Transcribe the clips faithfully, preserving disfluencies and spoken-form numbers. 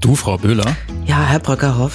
Du, Frau Böhler? Ja, Herr Bröckerhoff.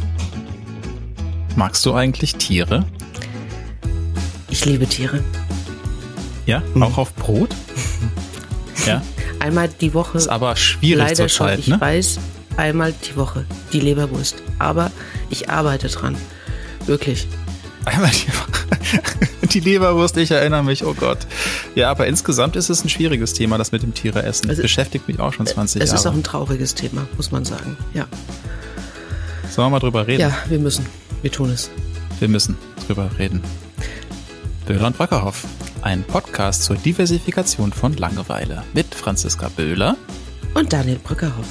Magst du eigentlich Tiere? Ich liebe Tiere. Ja, hm. auch auf Brot? Ja. Einmal die Woche. Ist aber schwierig leider zur Zeit, schon, ich ne? weiß, einmal die Woche die Leberwurst. Aber ich arbeite dran. Wirklich. Einmal die Woche. Die Leberwurst, ich erinnere mich, oh Gott. Ja, aber insgesamt ist es ein schwieriges Thema, das mit dem Tiereessen. Das beschäftigt mich auch schon zwanzig es Jahre. Es ist auch ein trauriges Thema, muss man sagen. Ja. Sollen wir mal drüber reden? Ja, wir müssen. Wir tun es. Wir müssen drüber reden. Böhler und Bröckerhoff. Ein Podcast zur Diversifikation von Langeweile mit Franziska Böhler und Daniel Bröckerhoff.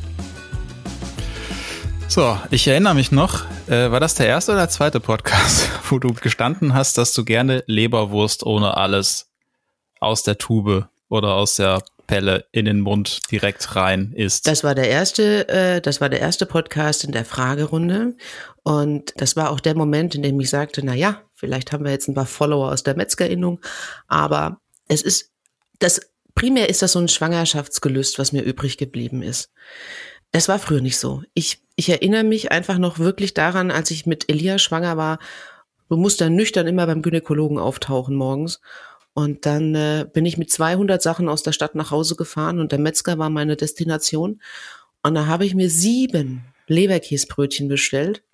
So, ich erinnere mich noch, äh, war das der erste oder zweite Podcast, wo du gestanden hast, dass du gerne Leberwurst ohne alles aus der Tube oder aus der Pelle in den Mund direkt rein isst? Das war der erste, äh, das war der erste Podcast in der Fragerunde und das war auch der Moment, in dem ich sagte, na ja, vielleicht haben wir jetzt ein paar Follower aus der Metzgerinnung, aber es ist, das primär ist das so ein Schwangerschaftsgelüst, was mir übrig geblieben ist. Das war früher nicht so. Ich, ich erinnere mich einfach noch wirklich daran, als ich mit Elia schwanger war, du musst dann nüchtern immer beim Gynäkologen auftauchen morgens. Und dann äh, bin ich mit zweihundert Sachen aus der Stadt nach Hause gefahren und der Metzger war meine Destination. Und da habe ich mir sieben Leberkäsbrötchen bestellt.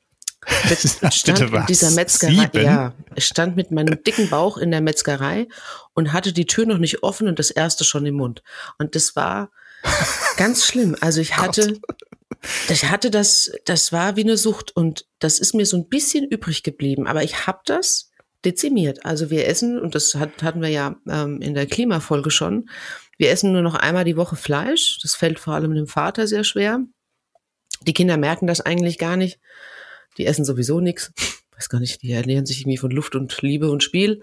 Ich stand in dieser Metzgerei, Sieben? ja, ich stand mit meinem dicken Bauch in der Metzgerei und hatte die Tür noch nicht offen und das erste schon im Mund. Und das war ganz schlimm. Also ich hatte, ich hatte das, das war wie eine Sucht und das ist mir so ein bisschen übrig geblieben. Aber ich habe das dezimiert. Also wir essen, und das hat, hatten wir ja ähm, in der Klimafolge schon, wir essen nur noch einmal die Woche Fleisch. Das fällt vor allem dem Vater sehr schwer. Die Kinder merken das eigentlich gar nicht. Die essen sowieso nichts. Weiß gar nicht, die ernähren sich irgendwie von Luft und Liebe und Spiel.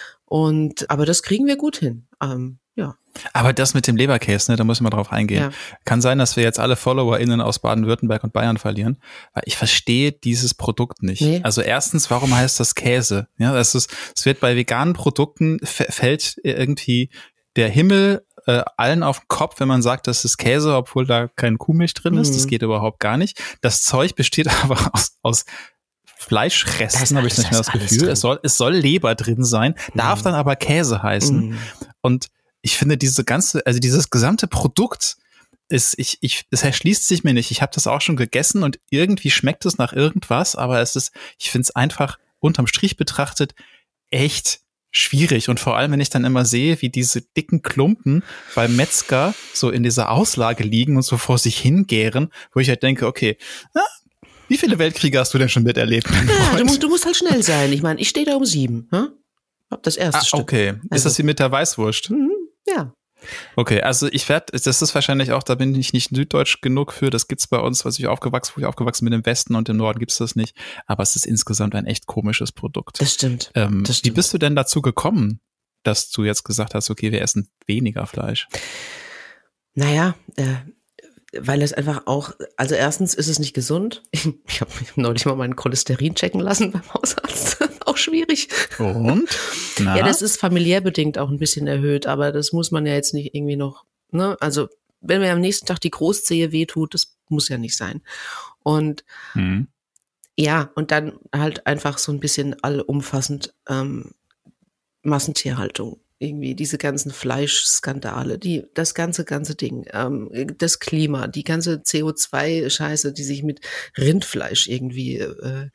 Und aber das kriegen wir gut hin. Ähm, ja. Aber das mit dem Leberkäse, ne, da müssen wir drauf eingehen. Ja. Kann sein, dass wir jetzt alle FollowerInnen aus Baden-Württemberg und Bayern verlieren, weil ich verstehe dieses Produkt nicht. Nee. Also erstens, warum heißt das Käse? Ja, das ist, es wird bei veganen Produkten f- fällt irgendwie der Himmel äh, allen auf den Kopf, wenn man sagt, das ist Käse, obwohl da kein Kuhmilch drin ist. Mhm. Das geht überhaupt gar nicht. Das Zeug besteht aber aus, aus Fleischresten, habe ich nicht mehr das Gefühl. Es soll, es soll Leber drin sein, mhm. darf dann aber Käse heißen. Mhm. Und ich finde diese ganze, also dieses gesamte Produkt ist, ich, ich, es erschließt sich mir nicht. Ich habe das auch schon gegessen und irgendwie schmeckt es nach irgendwas, aber es ist, ich finde es einfach unterm Strich betrachtet echt schwierig. Und vor allem, wenn ich dann immer sehe, wie diese dicken Klumpen beim Metzger so in dieser Auslage liegen und so vor sich hingären, wo ich halt denke, okay, na, wie viele Weltkriege hast du denn schon miterlebt? Ja, du musst, du musst halt schnell sein. Ich meine, ich stehe da um sieben. Hm? Hab das erste ah, Stück. Okay, also. Ist das wie mit der Weißwurst? Mhm. Ja. Okay, also ich werde, das ist wahrscheinlich auch, da bin ich nicht süddeutsch genug für, das gibt's bei uns, was ich aufgewachsen, wo ich aufgewachsen bin im Westen und im Norden gibt's das nicht, aber es ist insgesamt ein echt komisches Produkt. Das stimmt. Ähm, das stimmt. Wie bist du denn dazu gekommen, dass du jetzt gesagt hast, okay, wir essen weniger Fleisch? Naja, äh, weil es einfach auch, also erstens ist es nicht gesund. Ich, ich habe neulich mal meinen Cholesterin checken lassen beim Hausarzt. Auch schwierig. Und? Na? Ja, das ist familiär bedingt auch ein bisschen erhöht, aber das muss man ja jetzt nicht irgendwie noch, ne? Also wenn mir am nächsten Tag die Großzehe wehtut, das muss ja nicht sein. Und mhm. ja, und dann halt einfach so ein bisschen allumfassend ähm, Massentierhaltung. Irgendwie diese ganzen Fleischskandale, die, das ganze, ganze Ding, ähm, das Klima, die ganze C O zwei Scheiße, die sich mit Rindfleisch irgendwie äh,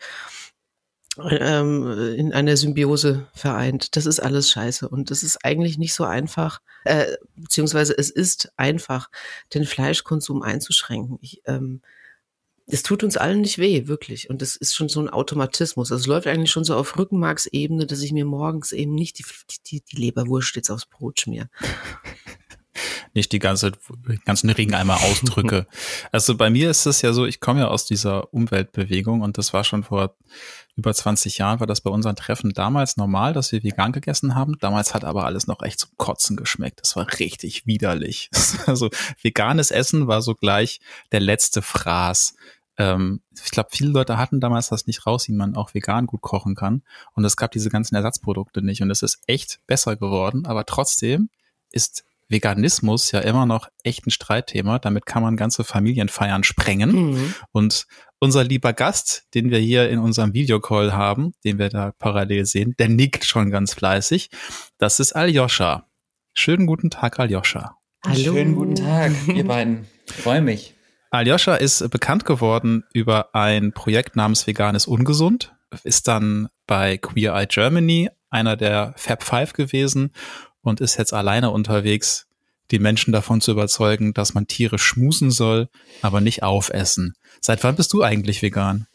ähm, in einer Symbiose vereint. Das ist alles Scheiße und das ist eigentlich nicht so einfach, äh, beziehungsweise es ist einfach, den Fleischkonsum einzuschränken. Ich, ähm, es tut uns allen nicht weh, wirklich. Und das ist schon so ein Automatismus. Also es läuft eigentlich schon so auf Rückenmarksebene, dass ich mir morgens eben nicht die, die, die Leberwurst jetzt aufs Brot schmier. Nicht die ganze, den ganzen Regeneimer ausdrücke. Also bei mir ist es ja so, ich komme ja aus dieser Umweltbewegung und das war schon vor über zwanzig Jahren, war das bei unseren Treffen damals normal, dass wir vegan gegessen haben. Damals hat aber alles noch echt zum Kotzen geschmeckt. Das war richtig widerlich. Also veganes Essen war so gleich der letzte Fraß. Ähm, ich glaube, viele Leute hatten damals das nicht raus, wie man auch vegan gut kochen kann. Und es gab diese ganzen Ersatzprodukte nicht. Und es ist echt besser geworden. Aber trotzdem ist Veganismus ja immer noch echt ein Streitthema. Damit kann man ganze Familienfeiern sprengen. Mhm. Und unser lieber Gast, den wir hier in unserem Videocall haben, den wir da parallel sehen, der nickt schon ganz fleißig. Das ist Aljoscha. Schönen guten Tag, Aljoscha. Hallo. Schönen guten Tag, ihr beiden. Ich freue mich. Aljoscha ist bekannt geworden über ein Projekt namens Vegan ist ungesund. Ist dann bei Queer Eye Germany einer der Fab Five gewesen und ist jetzt alleine unterwegs, die Menschen davon zu überzeugen, dass man Tiere schmusen soll, aber nicht aufessen. Seit wann bist du eigentlich vegan?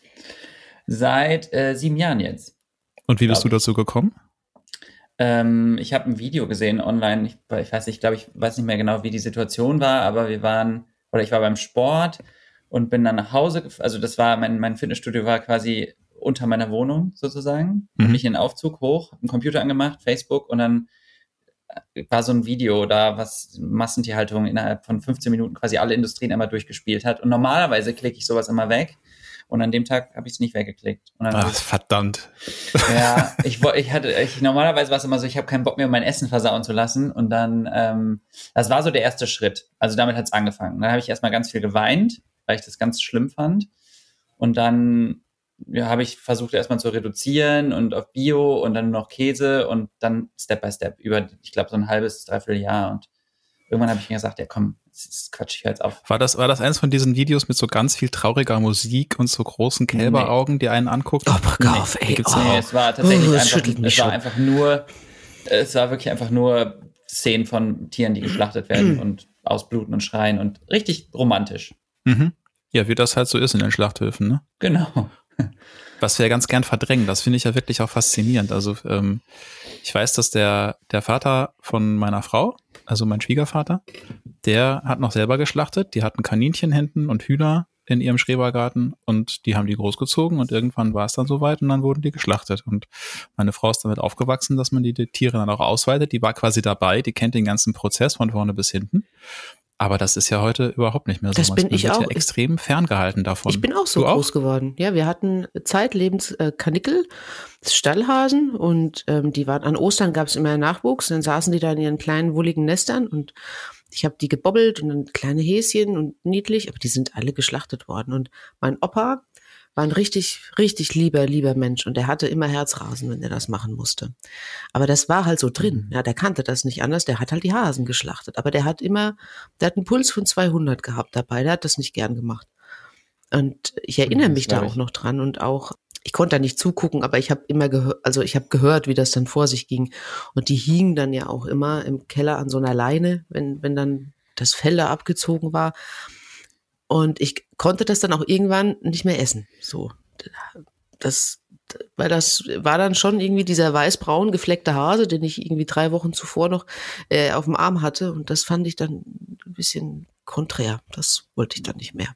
Seit äh, sieben Jahren jetzt. Und wie bist du dazu gekommen? Ähm, ich habe ein Video gesehen online. Ich, ich weiß nicht, ich glaube, ich weiß nicht mehr genau, wie die Situation war, aber wir waren, oder ich war beim Sport und bin dann nach Hause, also das war, mein, mein Fitnessstudio war quasi unter meiner Wohnung sozusagen. Mhm. Bin ich in den Aufzug hoch, einen Computer angemacht, Facebook und dann war so ein Video da, was Massentierhaltung innerhalb von fünfzehn Minuten quasi alle Industrien einmal durchgespielt hat. Und normalerweise klicke ich sowas immer weg. Und an dem Tag habe ich es nicht weggeklickt. Und dann Ach, ich, verdammt. Ja, ich, ich hatte, ich, normalerweise war es immer so, ich habe keinen Bock mehr, mein Essen versauen zu lassen. Und dann, ähm, das war so der erste Schritt. Also damit hat es angefangen. Dann habe ich erstmal ganz viel geweint, weil ich das ganz schlimm fand. Und dann ja, habe ich versucht erstmal zu reduzieren und auf Bio und dann nur noch Käse und dann Step by Step über, ich glaube, so ein halbes, dreiviertel Jahr und irgendwann habe ich mir gesagt, ja komm, das ist Quatsch, ich höre jetzt auf. War das, war das eins von diesen Videos mit so ganz viel trauriger Musik und so großen Kälberaugen, nee. die einen anguckt? Oh, pack auf, nee, ey. Oh. Nee, es war tatsächlich oh, einfach, es war einfach nur, es war wirklich einfach nur Szenen von Tieren, die geschlachtet werden und ausbluten und schreien und richtig romantisch. Mhm. Ja, wie das halt so ist in den Schlachthöfen, ne? Genau. Was wir ja ganz gern verdrängen, das finde ich ja wirklich auch faszinierend. Also ähm, ich weiß, dass der der Vater von meiner Frau, also mein Schwiegervater, der hat noch selber geschlachtet. Die hatten Kaninchen hinten und Hühner in ihrem Schrebergarten und die haben die großgezogen und irgendwann war es dann soweit und dann wurden die geschlachtet. Und meine Frau ist damit aufgewachsen, dass man die, die Tiere dann auch ausweitet. Die war quasi dabei, die kennt den ganzen Prozess von vorne bis hinten. Aber das ist ja heute überhaupt nicht mehr so. Das bin Man ich wird auch. Ja extrem ferngehalten davon. Ich bin auch so du groß auch? geworden. Ja, wir hatten zeitlebens äh, Kanickel, Stallhasen und ähm, die waren an Ostern gab es immer Nachwuchs. Dann saßen die da in ihren kleinen wohligen Nestern und ich habe die gebobbelt und dann kleine Häschen und niedlich, aber die sind alle geschlachtet worden. Und mein Opa war ein richtig, richtig lieber, lieber Mensch und der hatte immer Herzrasen, wenn er das machen musste. Aber das war halt so drin. Ja, der kannte das nicht anders. Der hat halt die Hasen geschlachtet. Aber der hat immer, der hat einen Puls von zweihundert gehabt dabei. Der hat das nicht gern gemacht. Und ich erinnere mich da auch noch dran und auch, ich konnte da nicht zugucken, aber ich habe immer gehört, also ich habe gehört, wie das dann vor sich ging. Und die hingen dann ja auch immer im Keller an so einer Leine, wenn, wenn dann das Fell da abgezogen war. Und ich konnte das dann auch irgendwann nicht mehr essen. So, das, weil das war dann schon irgendwie dieser weiß-braun gefleckte Hase, den ich irgendwie drei Wochen zuvor noch äh, auf dem Arm hatte. Und das fand ich dann ein bisschen konträr. Das wollte ich dann nicht mehr.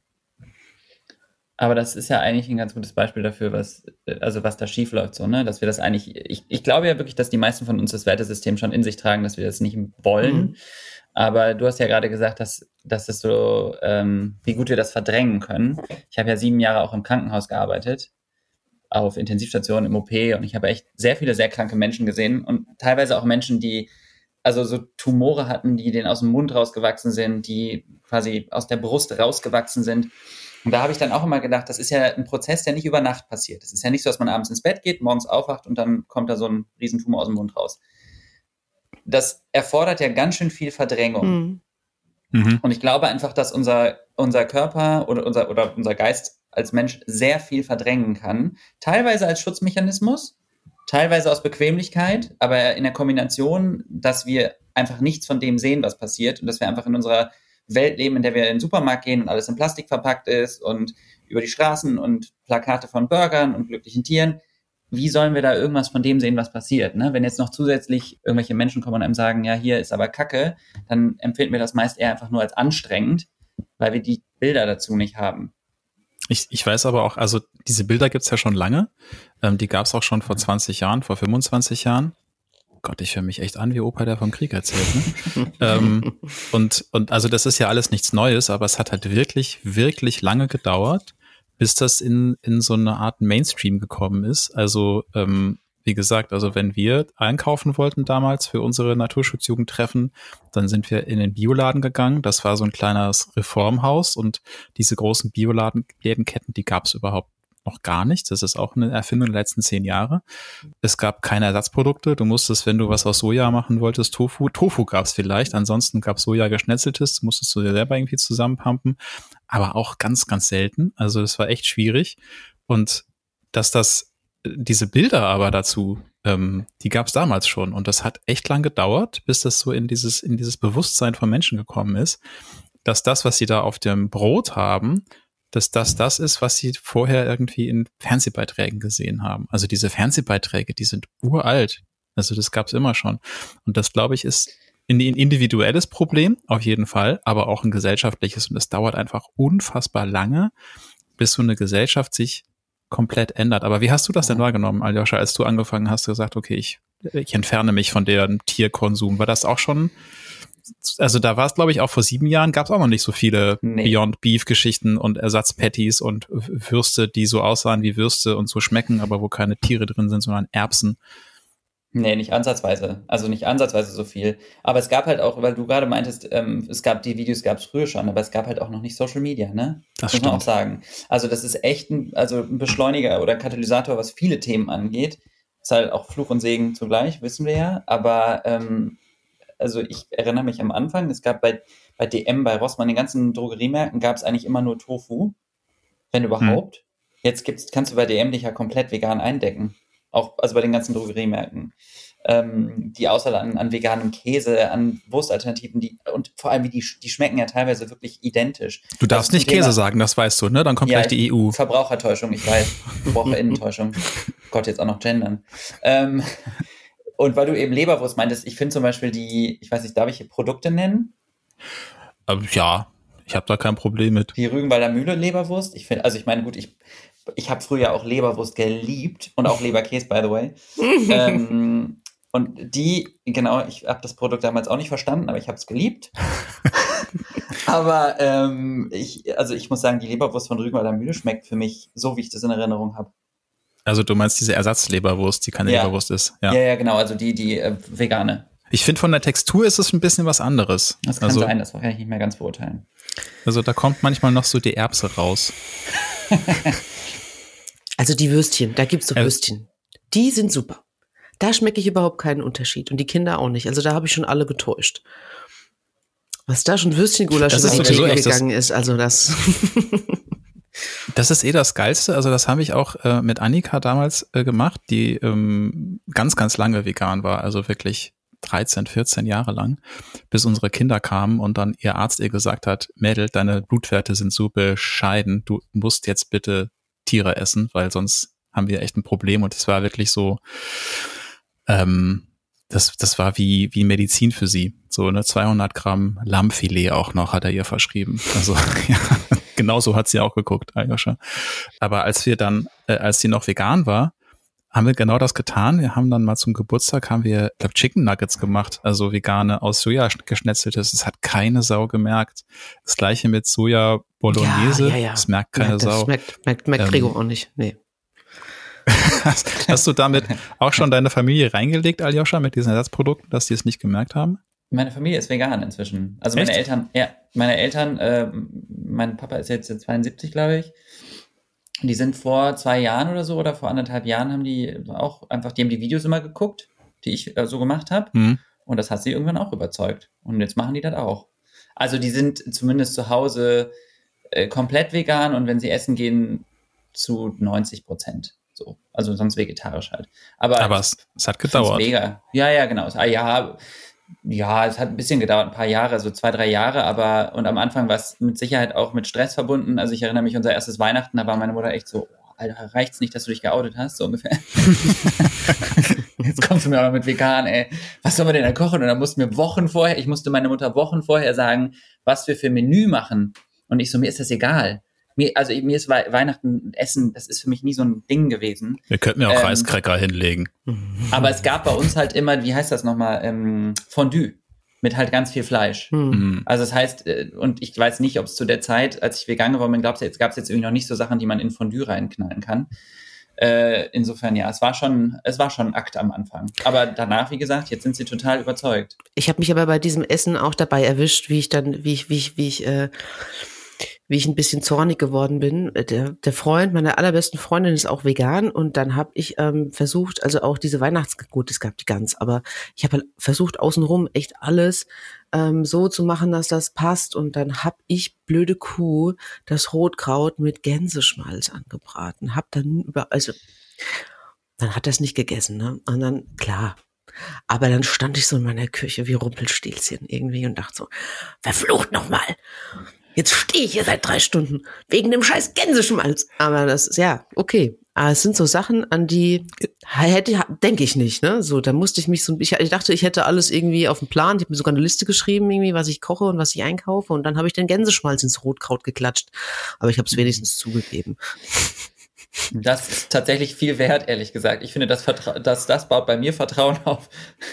Aber das ist ja eigentlich ein ganz gutes Beispiel dafür, was, also was da schief läuft, so, ne, dass wir das eigentlich, ich, ich glaube ja wirklich, dass die meisten von uns das Wertesystem schon in sich tragen, dass wir das nicht wollen. Mhm. Aber du hast ja gerade gesagt, dass, dass es so, ähm, wie gut wir das verdrängen können. Ich habe ja sieben Jahre auch im Krankenhaus gearbeitet, auf Intensivstationen, im O P und ich habe echt sehr viele sehr kranke Menschen gesehen und teilweise auch Menschen, die also so Tumore hatten, die denen aus dem Mund rausgewachsen sind, die quasi aus der Brust rausgewachsen sind. Und da habe ich dann auch immer gedacht, das ist ja ein Prozess, der nicht über Nacht passiert. Es ist ja nicht so, dass man abends ins Bett geht, morgens aufwacht und dann kommt da so ein Riesentumor aus dem Mund raus. Das erfordert ja ganz schön viel Verdrängung. Mhm. Und ich glaube einfach, dass unser, unser Körper oder unser, oder unser Geist als Mensch sehr viel verdrängen kann. Teilweise als Schutzmechanismus, teilweise aus Bequemlichkeit, aber in der Kombination, dass wir einfach nichts von dem sehen, was passiert und dass wir einfach in unserer Welt leben, in der wir in den Supermarkt gehen und alles in Plastik verpackt ist und über die Straßen und Plakate von Burgern und glücklichen Tieren. Wie sollen wir da irgendwas von dem sehen, was passiert? Ne? Wenn jetzt noch zusätzlich irgendwelche Menschen kommen und einem sagen, ja, hier ist aber Kacke, dann empfinden wir das meist eher einfach nur als anstrengend, weil wir die Bilder dazu nicht haben. Ich, ich weiß aber auch, also diese Bilder gibt's ja schon lange. Ähm, die gab's auch schon vor zwanzig Jahren, vor fünfundzwanzig Jahren. Gott, ich höre mich echt an wie Opa, der vom Krieg erzählt. Ne? ähm, und, und also das ist ja alles nichts Neues, aber es hat halt wirklich, wirklich lange gedauert, bis das in, in so eine Art Mainstream gekommen ist. Also ähm, wie gesagt, also wenn wir einkaufen wollten damals für unsere Naturschutzjugendtreffen, dann sind wir in den Bioladen gegangen. Das war so ein kleines Reformhaus und diese großen Bioladenketten, die gab es überhaupt noch gar nicht. Das ist auch eine Erfindung der letzten zehn Jahre. Es gab keine Ersatzprodukte. Du musstest, wenn du was aus Soja machen wolltest, Tofu, Tofu gab es vielleicht. Ansonsten gab es Soja geschnetzeltes, musstest du dir selber irgendwie zusammenpumpen. Aber auch ganz, ganz selten. Also das war echt schwierig. Und dass das, diese Bilder aber dazu, ähm, die gab es damals schon. Und das hat echt lang gedauert, bis das so in dieses, in dieses Bewusstsein von Menschen gekommen ist, dass das, was sie da auf dem Brot haben, dass das das ist, was sie vorher irgendwie in Fernsehbeiträgen gesehen haben. Also diese Fernsehbeiträge, die sind uralt. Also das gab es immer schon. Und das, glaube ich, ist ein individuelles Problem, auf jeden Fall, aber auch ein gesellschaftliches. Und es dauert einfach unfassbar lange, bis so eine Gesellschaft sich komplett ändert. Aber wie hast du das denn wahrgenommen, Aljoscha, als du angefangen hast, gesagt, okay, ich, ich entferne mich von dem Tierkonsum? War das auch schon... Also da war es, glaube ich, auch vor sieben Jahren gab es auch noch nicht so viele nee. Beyond Beef Geschichten und Ersatzpatties und Würste, die so aussahen wie Würste und so schmecken, aber wo keine Tiere drin sind, sondern Erbsen. Nee, nicht ansatzweise. Also nicht ansatzweise so viel. Aber es gab halt auch, weil du gerade meintest, ähm, es gab die Videos, gab es früher schon, aber es gab halt auch noch nicht Social Media, ne? Das muss stimmt. man auch sagen. Also das ist echt ein, also ein Beschleuniger oder ein Katalysator, was viele Themen angeht. Ist halt auch Fluch und Segen zugleich, wissen wir ja. Aber ähm, also ich erinnere mich am Anfang, es gab bei, bei D M, bei Rossmann, den ganzen Drogeriemärkten gab es eigentlich immer nur Tofu, wenn überhaupt. Hm. Jetzt gibt's, kannst du bei D M dich ja komplett vegan eindecken. Auch, also bei den ganzen Drogeriemärkten. Ähm, die Auswahl an, an veganem Käse, an Wurstalternativen, die, und vor allem, wie die, die schmecken ja teilweise wirklich identisch. Du darfst also nicht Käse Thema, sagen, das weißt du, ne? Dann kommt ja, gleich die E U. Verbrauchertäuschung, ich weiß. Verbraucherinnentäuschung. Gott, jetzt auch noch gendern. Ähm, Und weil du eben Leberwurst meintest, ich finde zum Beispiel die, ich weiß nicht, darf ich hier Produkte nennen? Ähm, ja, ich habe da kein Problem mit. Die Rügenwalder Mühle Leberwurst. Ich finde, also ich meine, gut, ich, ich habe früher auch Leberwurst geliebt und auch Leberkäse, by the way. ähm, und die, genau, ich habe das Produkt damals auch nicht verstanden, aber ich habe es geliebt. aber ähm, ich, also ich muss sagen, die Leberwurst von Rügenwalder Mühle schmeckt für mich so, wie ich das in Erinnerung habe. Also du meinst diese Ersatzleberwurst, die keine ja. Leberwurst ist. Ja, ja, ja genau, also die, die äh, vegane. Ich finde, von der Textur ist es ein bisschen was anderes. Das kann also, sein, das kann ich nicht mehr ganz beurteilen. Also da kommt manchmal noch so die Erbse raus. Also die Würstchen, da gibt's doch Würstchen. Die sind super. Da schmecke ich überhaupt keinen Unterschied. Und die Kinder auch nicht. Also da habe ich schon alle getäuscht. Was da schon Würstchengulasch gegangen ist, also das... Das ist eh das Geilste. Also das habe ich auch äh, mit Annika damals äh, gemacht, die ähm, ganz, ganz lange vegan war. Also wirklich dreizehn, vierzehn Jahre lang, bis unsere Kinder kamen und dann ihr Arzt ihr gesagt hat, Mädel, deine Blutwerte sind so bescheiden, du musst jetzt bitte Tiere essen, weil sonst haben wir echt ein Problem. Und es war wirklich so, ähm, das, das war wie, wie Medizin für sie. So ne, zweihundert Gramm Lammfilet auch noch hat er ihr verschrieben. Also ja. Genauso hat sie auch geguckt, Aljoscha. Aber als wir dann, äh, als sie noch vegan war, haben wir genau das getan. Wir haben dann mal zum Geburtstag, haben wir, ich glaube, Chicken Nuggets gemacht, also vegane aus Soja geschnetzeltes. Das hat keine Sau gemerkt. Das gleiche mit Soja Bolognese. Ja, ja, ja. Das merkt keine merkt, Sau. Das merkt, merkt, merkt ähm, Gregor auch nicht, nee. hast, hast du damit auch schon deine Familie reingelegt, Aljoscha, mit diesen Ersatzprodukten, dass die es nicht gemerkt haben? Meine Familie ist vegan inzwischen. Also meine Echt? Eltern, ja, meine Eltern, äh, mein Papa ist jetzt zweiundsiebzig, glaube ich. Die sind vor zwei Jahren oder so oder vor anderthalb Jahren haben die auch einfach, die haben die Videos immer geguckt, die ich äh, so gemacht habe. Mhm. Und das hat sie irgendwann auch überzeugt. Und jetzt machen die das auch. Also die sind zumindest zu Hause äh, komplett vegan und wenn sie essen gehen, zu neunzig Prozent. So. Also sonst vegetarisch halt. Aber, Aber es, es hat gedauert. Mega. Ja, ja, genau. Ah, ja, Ja, es hat ein bisschen gedauert, ein paar Jahre, so zwei, drei Jahre, aber und am Anfang war es mit Sicherheit auch mit Stress verbunden. Also ich erinnere mich, unser erstes Weihnachten, da war meine Mutter echt so, oh, Alter, reicht's nicht, dass du dich geoutet hast, so ungefähr. Jetzt kommst du mir auch noch mit vegan, ey. Was soll man denn da kochen? Und dann mussten wir Wochen vorher, ich musste meine Mutter Wochen vorher sagen, was wir für Menü machen. Und ich so, mir ist das egal. Mir, also mir ist Weihnachten Essen, das ist für mich nie so ein Ding gewesen. Wir könnten ja auch ähm, Reiskräcker hinlegen. Aber es gab bei uns halt immer, wie heißt das nochmal, ähm, Fondue mit halt ganz viel Fleisch. Mhm. Also das heißt, und ich weiß nicht, ob es zu der Zeit, als ich vegan geworden bin, glaubst du, jetzt gab es jetzt irgendwie noch nicht so Sachen, die man in Fondue reinknallen kann. Äh, insofern, ja, es war schon, es war schon ein Akt am Anfang. Aber danach, wie gesagt, jetzt sind sie total überzeugt. Ich habe mich aber bei diesem Essen auch dabei erwischt, wie ich dann, wie ich, wie ich, wie ich, äh, wie ich ein bisschen zornig geworden bin. Der, der Freund meiner allerbesten Freundin ist auch vegan und dann habe ich ähm, versucht, also auch diese Weihnachts, gut, es gab die Gans, aber ich habe halt versucht, außenrum echt alles ähm, so zu machen, dass das passt und dann habe ich, blöde Kuh, das Rotkraut mit Gänseschmalz angebraten, hab dann über, also dann hat das nicht gegessen, ne? Und dann, klar, aber dann stand ich so in meiner Küche wie Rumpelstilzchen irgendwie und dachte so, verflucht nochmal. Jetzt stehe ich hier seit drei Stunden wegen dem scheiß Gänseschmalz. Aber das ist, ja, okay. Aber es sind so Sachen, an die hätte, denke ich nicht, ne? So, da musste ich mich so, ich, ich dachte, ich hätte alles irgendwie auf dem Plan. Ich habe mir sogar eine Liste geschrieben, irgendwie, was ich koche und was ich einkaufe. Und dann habe ich den Gänseschmalz ins Rotkraut geklatscht. Aber ich habe es wenigstens zugegeben. Das ist tatsächlich viel wert, ehrlich gesagt. Ich finde, das, Vertra- das, das baut bei mir Vertrauen auf.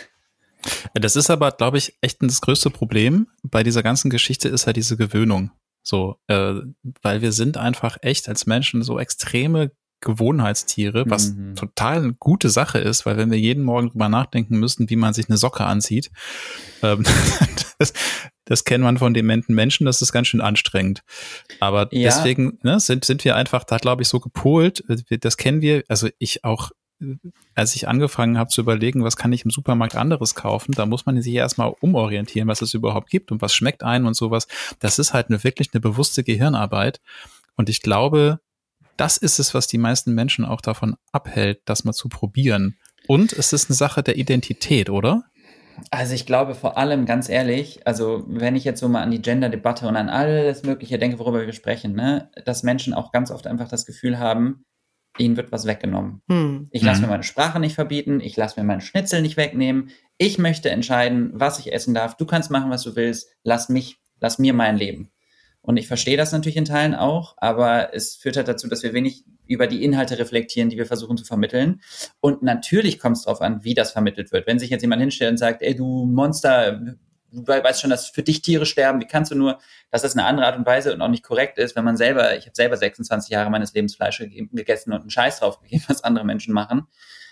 Das ist aber, glaube ich, echt das größte Problem bei dieser ganzen Geschichte ist halt diese Gewöhnung. So, äh, weil wir sind einfach echt als Menschen so extreme Gewohnheitstiere, was mhm. total eine gute Sache ist, weil wenn wir jeden Morgen drüber nachdenken müssen, wie man sich eine Socke anzieht, ähm, das, das kennt man von dementen Menschen, das ist ganz schön anstrengend. Aber ja. deswegen ne, sind, sind wir einfach da, glaube ich, so gepolt, das kennen wir, also ich auch, als ich angefangen habe zu überlegen, was kann ich im Supermarkt anderes kaufen, da muss man sich erstmal umorientieren, was es überhaupt gibt und was schmeckt einem und sowas. Das ist halt eine, wirklich eine bewusste Gehirnarbeit. Und ich glaube, das ist es, was die meisten Menschen auch davon abhält, das mal zu probieren. Und es ist eine Sache der Identität, oder? Also ich glaube vor allem, ganz ehrlich, also wenn ich jetzt so mal an die Gender-Debatte und an alles Mögliche denke, worüber wir sprechen, ne, dass Menschen auch ganz oft einfach das Gefühl haben, ihnen wird was weggenommen. Hm. Ich lasse mir meine Sprache nicht verbieten, ich lasse mir meinen Schnitzel nicht wegnehmen, ich möchte entscheiden, was ich essen darf, du kannst machen, was du willst, lass mich, lass mir mein Leben. Und ich verstehe das natürlich in Teilen auch, aber es führt halt dazu, dass wir wenig über die Inhalte reflektieren, die wir versuchen zu vermitteln. Und natürlich kommt es darauf an, wie das vermittelt wird. Wenn sich jetzt jemand hinstellt und sagt, ey du Monster, du weißt schon, dass für dich Tiere sterben, wie kannst du nur, dass das eine andere Art und Weise und auch nicht korrekt ist, wenn man selber, ich habe selber sechsundzwanzig Jahre meines Lebens Fleisch gegessen und einen Scheiß drauf gegeben, was andere Menschen machen.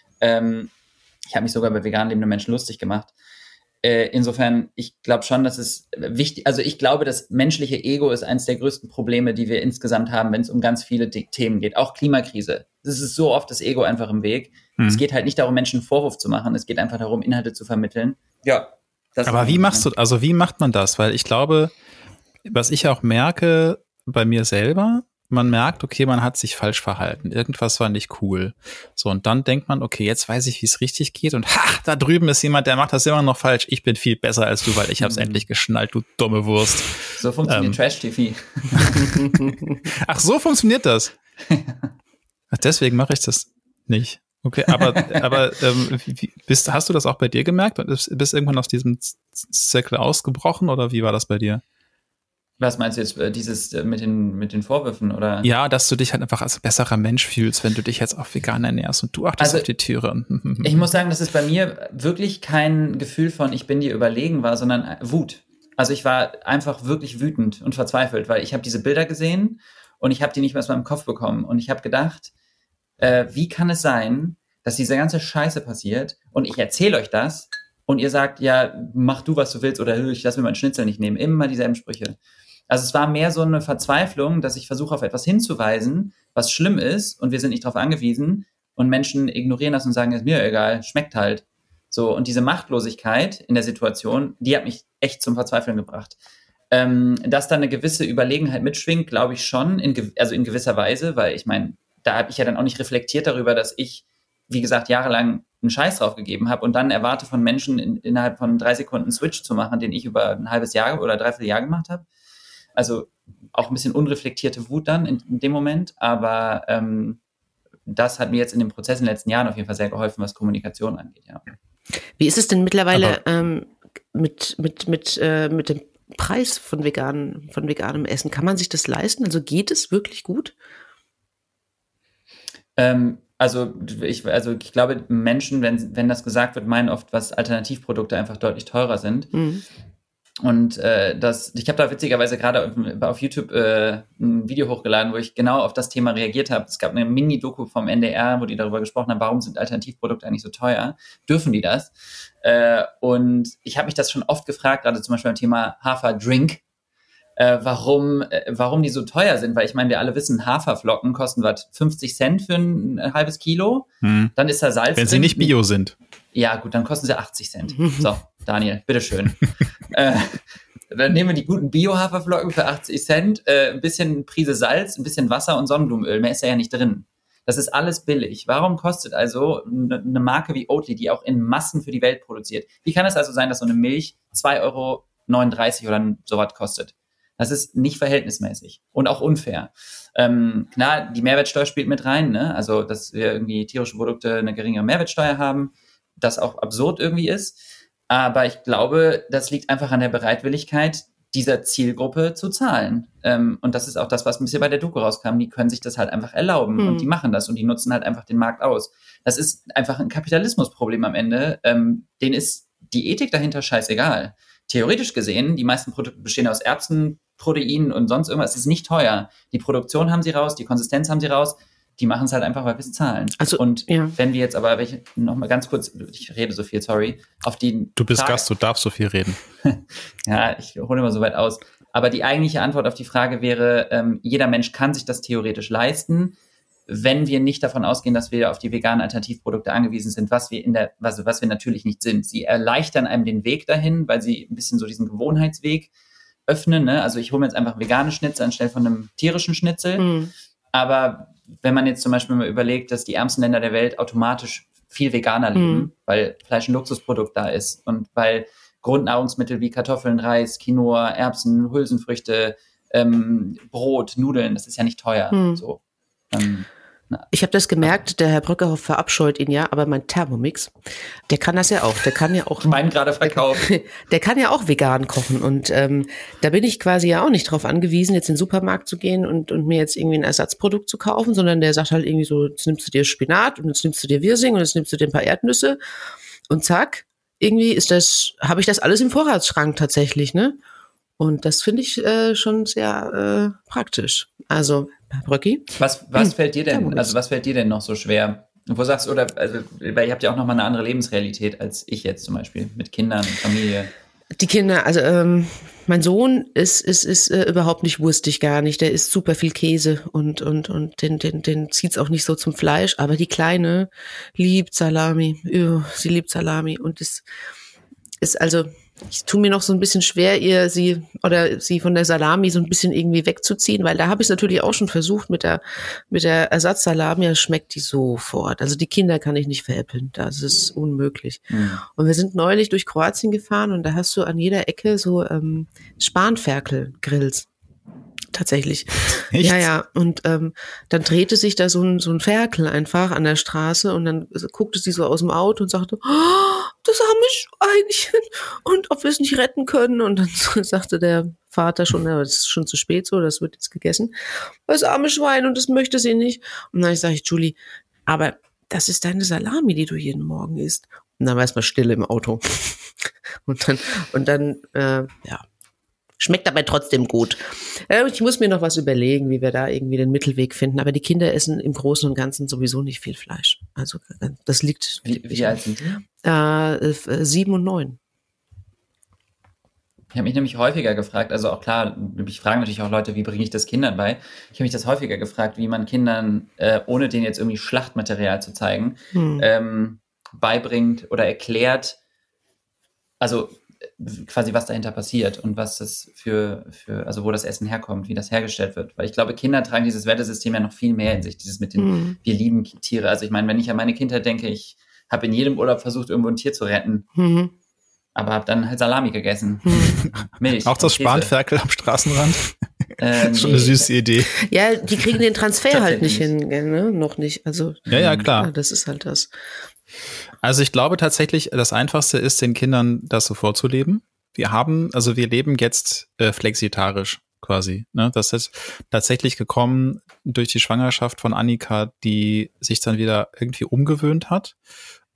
Ähm, ich habe mich sogar bei vegan lebenden Menschen lustig gemacht. Äh, insofern, ich glaube schon, dass es wichtig, also ich glaube, das menschliche Ego ist eines der größten Probleme, die wir insgesamt haben, wenn es um ganz viele D- Themen geht. Auch Klimakrise. Es ist so oft das Ego einfach im Weg. Hm. Es geht halt nicht darum, Menschen einen Vorwurf zu machen. Es geht einfach darum, Inhalte zu vermitteln. Ja. Das Aber wie machst du, also wie macht man das? Weil ich glaube, was ich auch merke bei mir selber, man merkt, okay, man hat sich falsch verhalten. Irgendwas war nicht cool. So, und dann denkt man, okay, jetzt weiß ich, wie es richtig geht. Und ha, da drüben ist jemand, der macht das immer noch falsch. Ich bin viel besser als du, weil ich hab's mhm. endlich geschnallt, du dumme Wurst. So funktioniert ähm. Trash-T V. Ach, so funktioniert das? Ach, deswegen mache ich das nicht. Okay, aber, aber ähm, wie, bist, hast du das auch bei dir gemerkt und bist irgendwann aus diesem Zirkel ausgebrochen oder wie war das bei dir? Was meinst du jetzt, dieses mit den, mit den Vorwürfen, oder? Ja, dass du dich halt einfach als besserer Mensch fühlst, wenn du dich jetzt auch vegan ernährst und du achtest also, auf die Tiere. Ich muss sagen, dass es bei mir wirklich kein Gefühl von ich bin dir überlegen war, sondern Wut. Also ich war einfach wirklich wütend und verzweifelt, weil ich habe diese Bilder gesehen und ich habe die nicht mehr aus meinem Kopf bekommen. Und ich habe gedacht, äh, wie kann es sein, dass diese ganze Scheiße passiert und ich erzähle euch das und ihr sagt, ja, mach du, was du willst oder ich lass mir meinen Schnitzel nicht nehmen. Immer dieselben Sprüche. Also es war mehr so eine Verzweiflung, dass ich versuche, auf etwas hinzuweisen, was schlimm ist und wir sind nicht darauf angewiesen und Menschen ignorieren das und sagen, ist mir egal, schmeckt halt. So, und diese Machtlosigkeit in der Situation, die hat mich echt zum Verzweifeln gebracht. Ähm, dass da eine gewisse Überlegenheit mitschwingt, glaube ich schon, in ge- also in gewisser Weise, weil ich meine, da habe ich ja dann auch nicht reflektiert darüber, dass ich, wie gesagt, jahrelang einen Scheiß drauf gegeben habe und dann erwarte von Menschen in, innerhalb von drei Sekunden einen Switch zu machen, den ich über ein halbes Jahr oder dreiviertel Jahr gemacht habe. Also auch ein bisschen unreflektierte Wut dann in, in dem Moment, aber ähm, das hat mir jetzt in dem Prozess in den letzten Jahren auf jeden Fall sehr geholfen, was Kommunikation angeht, ja. Wie ist es denn mittlerweile ähm, mit, mit, mit, äh, mit dem Preis von veganen, von veganem Essen? Kann man sich das leisten? Also geht es wirklich gut? Ähm, also ich, also ich glaube, Menschen, wenn, wenn das gesagt wird, meinen oft, was Alternativprodukte einfach deutlich teurer sind. Mhm. Und äh, das, ich habe da witzigerweise gerade auf, auf YouTube äh, ein Video hochgeladen, wo ich genau auf das Thema reagiert habe. Es gab eine Mini-Doku vom N D R, wo die darüber gesprochen haben, warum sind Alternativprodukte eigentlich so teuer? Dürfen die das? Äh, und ich habe mich das schon oft gefragt, gerade zum Beispiel beim Thema Haferdrink, äh, warum, äh, warum die so teuer sind. Weil ich meine, wir alle wissen, Haferflocken kosten was, fünfzig Cent für ein, ein halbes Kilo. Hm. Dann ist da Salz Wenn drin. sie nicht bio sind. Ja, gut, dann kosten sie achtzig Cent. So, Daniel, bitteschön. äh, dann nehmen wir die guten Bio-Haferflocken für achtzig Cent, äh, ein bisschen Prise Salz, ein bisschen Wasser und Sonnenblumenöl. Mehr ist da ja nicht drin. Das ist alles billig. Warum kostet also eine Marke wie Oatly, die auch in Massen für die Welt produziert? Wie kann es also sein, dass so eine Milch zwei Euro neununddreißig oder sowas kostet? Das ist nicht verhältnismäßig und auch unfair. Ähm, klar, die Mehrwertsteuer spielt mit rein, ne? Also, dass wir irgendwie tierische Produkte eine geringere Mehrwertsteuer haben, das auch absurd irgendwie ist. Aber ich glaube, das liegt einfach an der Bereitwilligkeit dieser Zielgruppe zu zahlen. Ähm, und das ist auch das, was ein bisschen bei der Doku rauskam. Die können sich das halt einfach erlauben hm. und die machen das und die nutzen halt einfach den Markt aus. Das ist einfach ein Kapitalismusproblem am Ende. Ähm, denen ist die Ethik dahinter scheißegal. Theoretisch gesehen, die meisten Produkte bestehen aus Erbsenproteinen und sonst irgendwas. Es ist nicht teuer. Die Produktion haben sie raus, die Konsistenz haben sie raus. Die machen es halt einfach, weil wir es zahlen. Also, und ja. wenn wir jetzt aber, welche, noch mal ganz kurz, ich rede so viel, sorry, auf die Du bist Frage, Gast, du darfst so viel reden. Ja, ich hole immer so weit aus. Aber die eigentliche Antwort auf die Frage wäre, ähm, jeder Mensch kann sich das theoretisch leisten, wenn wir nicht davon ausgehen, dass wir auf die veganen Alternativprodukte angewiesen sind, was wir in der, was, was wir natürlich nicht sind. Sie erleichtern einem den Weg dahin, weil sie ein bisschen so diesen Gewohnheitsweg öffnen. Ne? Also ich hole mir jetzt einfach vegane Schnitzel anstelle von einem tierischen Schnitzel. Mhm. Aber wenn man jetzt zum Beispiel mal überlegt, dass die ärmsten Länder der Welt automatisch viel veganer leben, mhm. weil Fleisch ein Luxusprodukt da ist und weil Grundnahrungsmittel wie Kartoffeln, Reis, Quinoa, Erbsen, Hülsenfrüchte, ähm, Brot, Nudeln, das ist ja nicht teuer. Mhm. So. Ähm, Ich habe das gemerkt, der Herr Bröckerhoff verabscheut ihn ja, aber mein Thermomix, der kann das ja auch. Der kann ja auch. Meinen gerade verkauft. Der kann ja auch vegan kochen und ähm, da bin ich quasi ja auch nicht drauf angewiesen, jetzt in den Supermarkt zu gehen und und mir jetzt irgendwie ein Ersatzprodukt zu kaufen, sondern der sagt halt irgendwie so, jetzt nimmst du dir Spinat und jetzt nimmst du dir Wirsing und jetzt nimmst du dir ein paar Erdnüsse und zack, irgendwie ist das, habe ich das alles im Vorratsschrank tatsächlich, ne? Und das finde ich äh, schon sehr äh, praktisch. Also Bröcki? Was, was hm. fällt dir denn, also was fällt dir denn noch so schwer? Wo sagst du, oder, also, weil ihr habt ja auch nochmal eine andere Lebensrealität als ich jetzt zum Beispiel, mit Kindern und Familie. Die Kinder, also ähm, mein Sohn ist ist ist äh, überhaupt nicht wurstig, gar nicht. Der isst super viel Käse und und und den den den zieht's auch nicht so zum Fleisch. Aber die Kleine liebt Salami. Ja, sie liebt Salami und ist ist also ich tue mir noch so ein bisschen schwer, ihr sie oder sie von der Salami so ein bisschen irgendwie wegzuziehen, weil da habe ich es natürlich auch schon versucht mit der mit der Ersatzsalami, ja, schmeckt die sofort. Also die Kinder kann ich nicht veräppeln, das ist unmöglich. Mhm. Und wir sind neulich durch Kroatien gefahren und da hast du an jeder Ecke so ähm, Spanferkel-Grills. Tatsächlich. Echt? Ja, ja. Und ähm, dann drehte sich da so ein, so ein Ferkel einfach an der Straße und dann guckte sie so aus dem Auto und sagte, oh, das arme Schweinchen und ob wir es nicht retten können. Und dann sagte der Vater schon, ja, das ist schon zu spät so, das wird jetzt gegessen. Das arme Schwein und das möchte sie nicht. Und dann sage ich, Julie, aber das ist deine Salami, die du jeden Morgen isst. Und dann war erstmal Stille im Auto. Und dann, und dann, äh, ja. Schmeckt aber trotzdem gut. Ich muss mir noch was überlegen, wie wir da irgendwie den Mittelweg finden. Aber die Kinder essen im Großen und Ganzen sowieso nicht viel Fleisch. Also das liegt... Wie, wie alt sind die? Äh, sieben und neun. Ich habe mich nämlich häufiger gefragt, also auch klar, mich fragen natürlich auch Leute, wie bringe ich das Kindern bei? Ich habe mich das häufiger gefragt, wie man Kindern, äh, ohne denen jetzt irgendwie Schlachtmaterial zu zeigen, hm. ähm, beibringt oder erklärt, also quasi was dahinter passiert und was das für, für, also wo das Essen herkommt, wie das hergestellt wird. Weil ich glaube, Kinder tragen dieses Wertesystem ja noch viel mehr in sich, dieses mit den, mhm. wir lieben Tiere. Also ich meine, wenn ich an meine Kindheit denke, ich habe in jedem Urlaub versucht, irgendwo ein Tier zu retten, mhm. aber habe dann halt Salami gegessen. Mhm. Milch. Auch das Spanferkel am Straßenrand? Äh, Schon nee. eine süße Idee. Ja, die kriegen den Transfer halt nicht hin, ne? Noch nicht. Also, ja, ja, klar. Ja, das ist halt das. Also ich glaube tatsächlich, das Einfachste ist, den Kindern das so vorzuleben. Wir haben, also wir leben jetzt äh, flexitarisch quasi. Ne? Das ist tatsächlich gekommen durch die Schwangerschaft von Annika, die sich dann wieder irgendwie umgewöhnt hat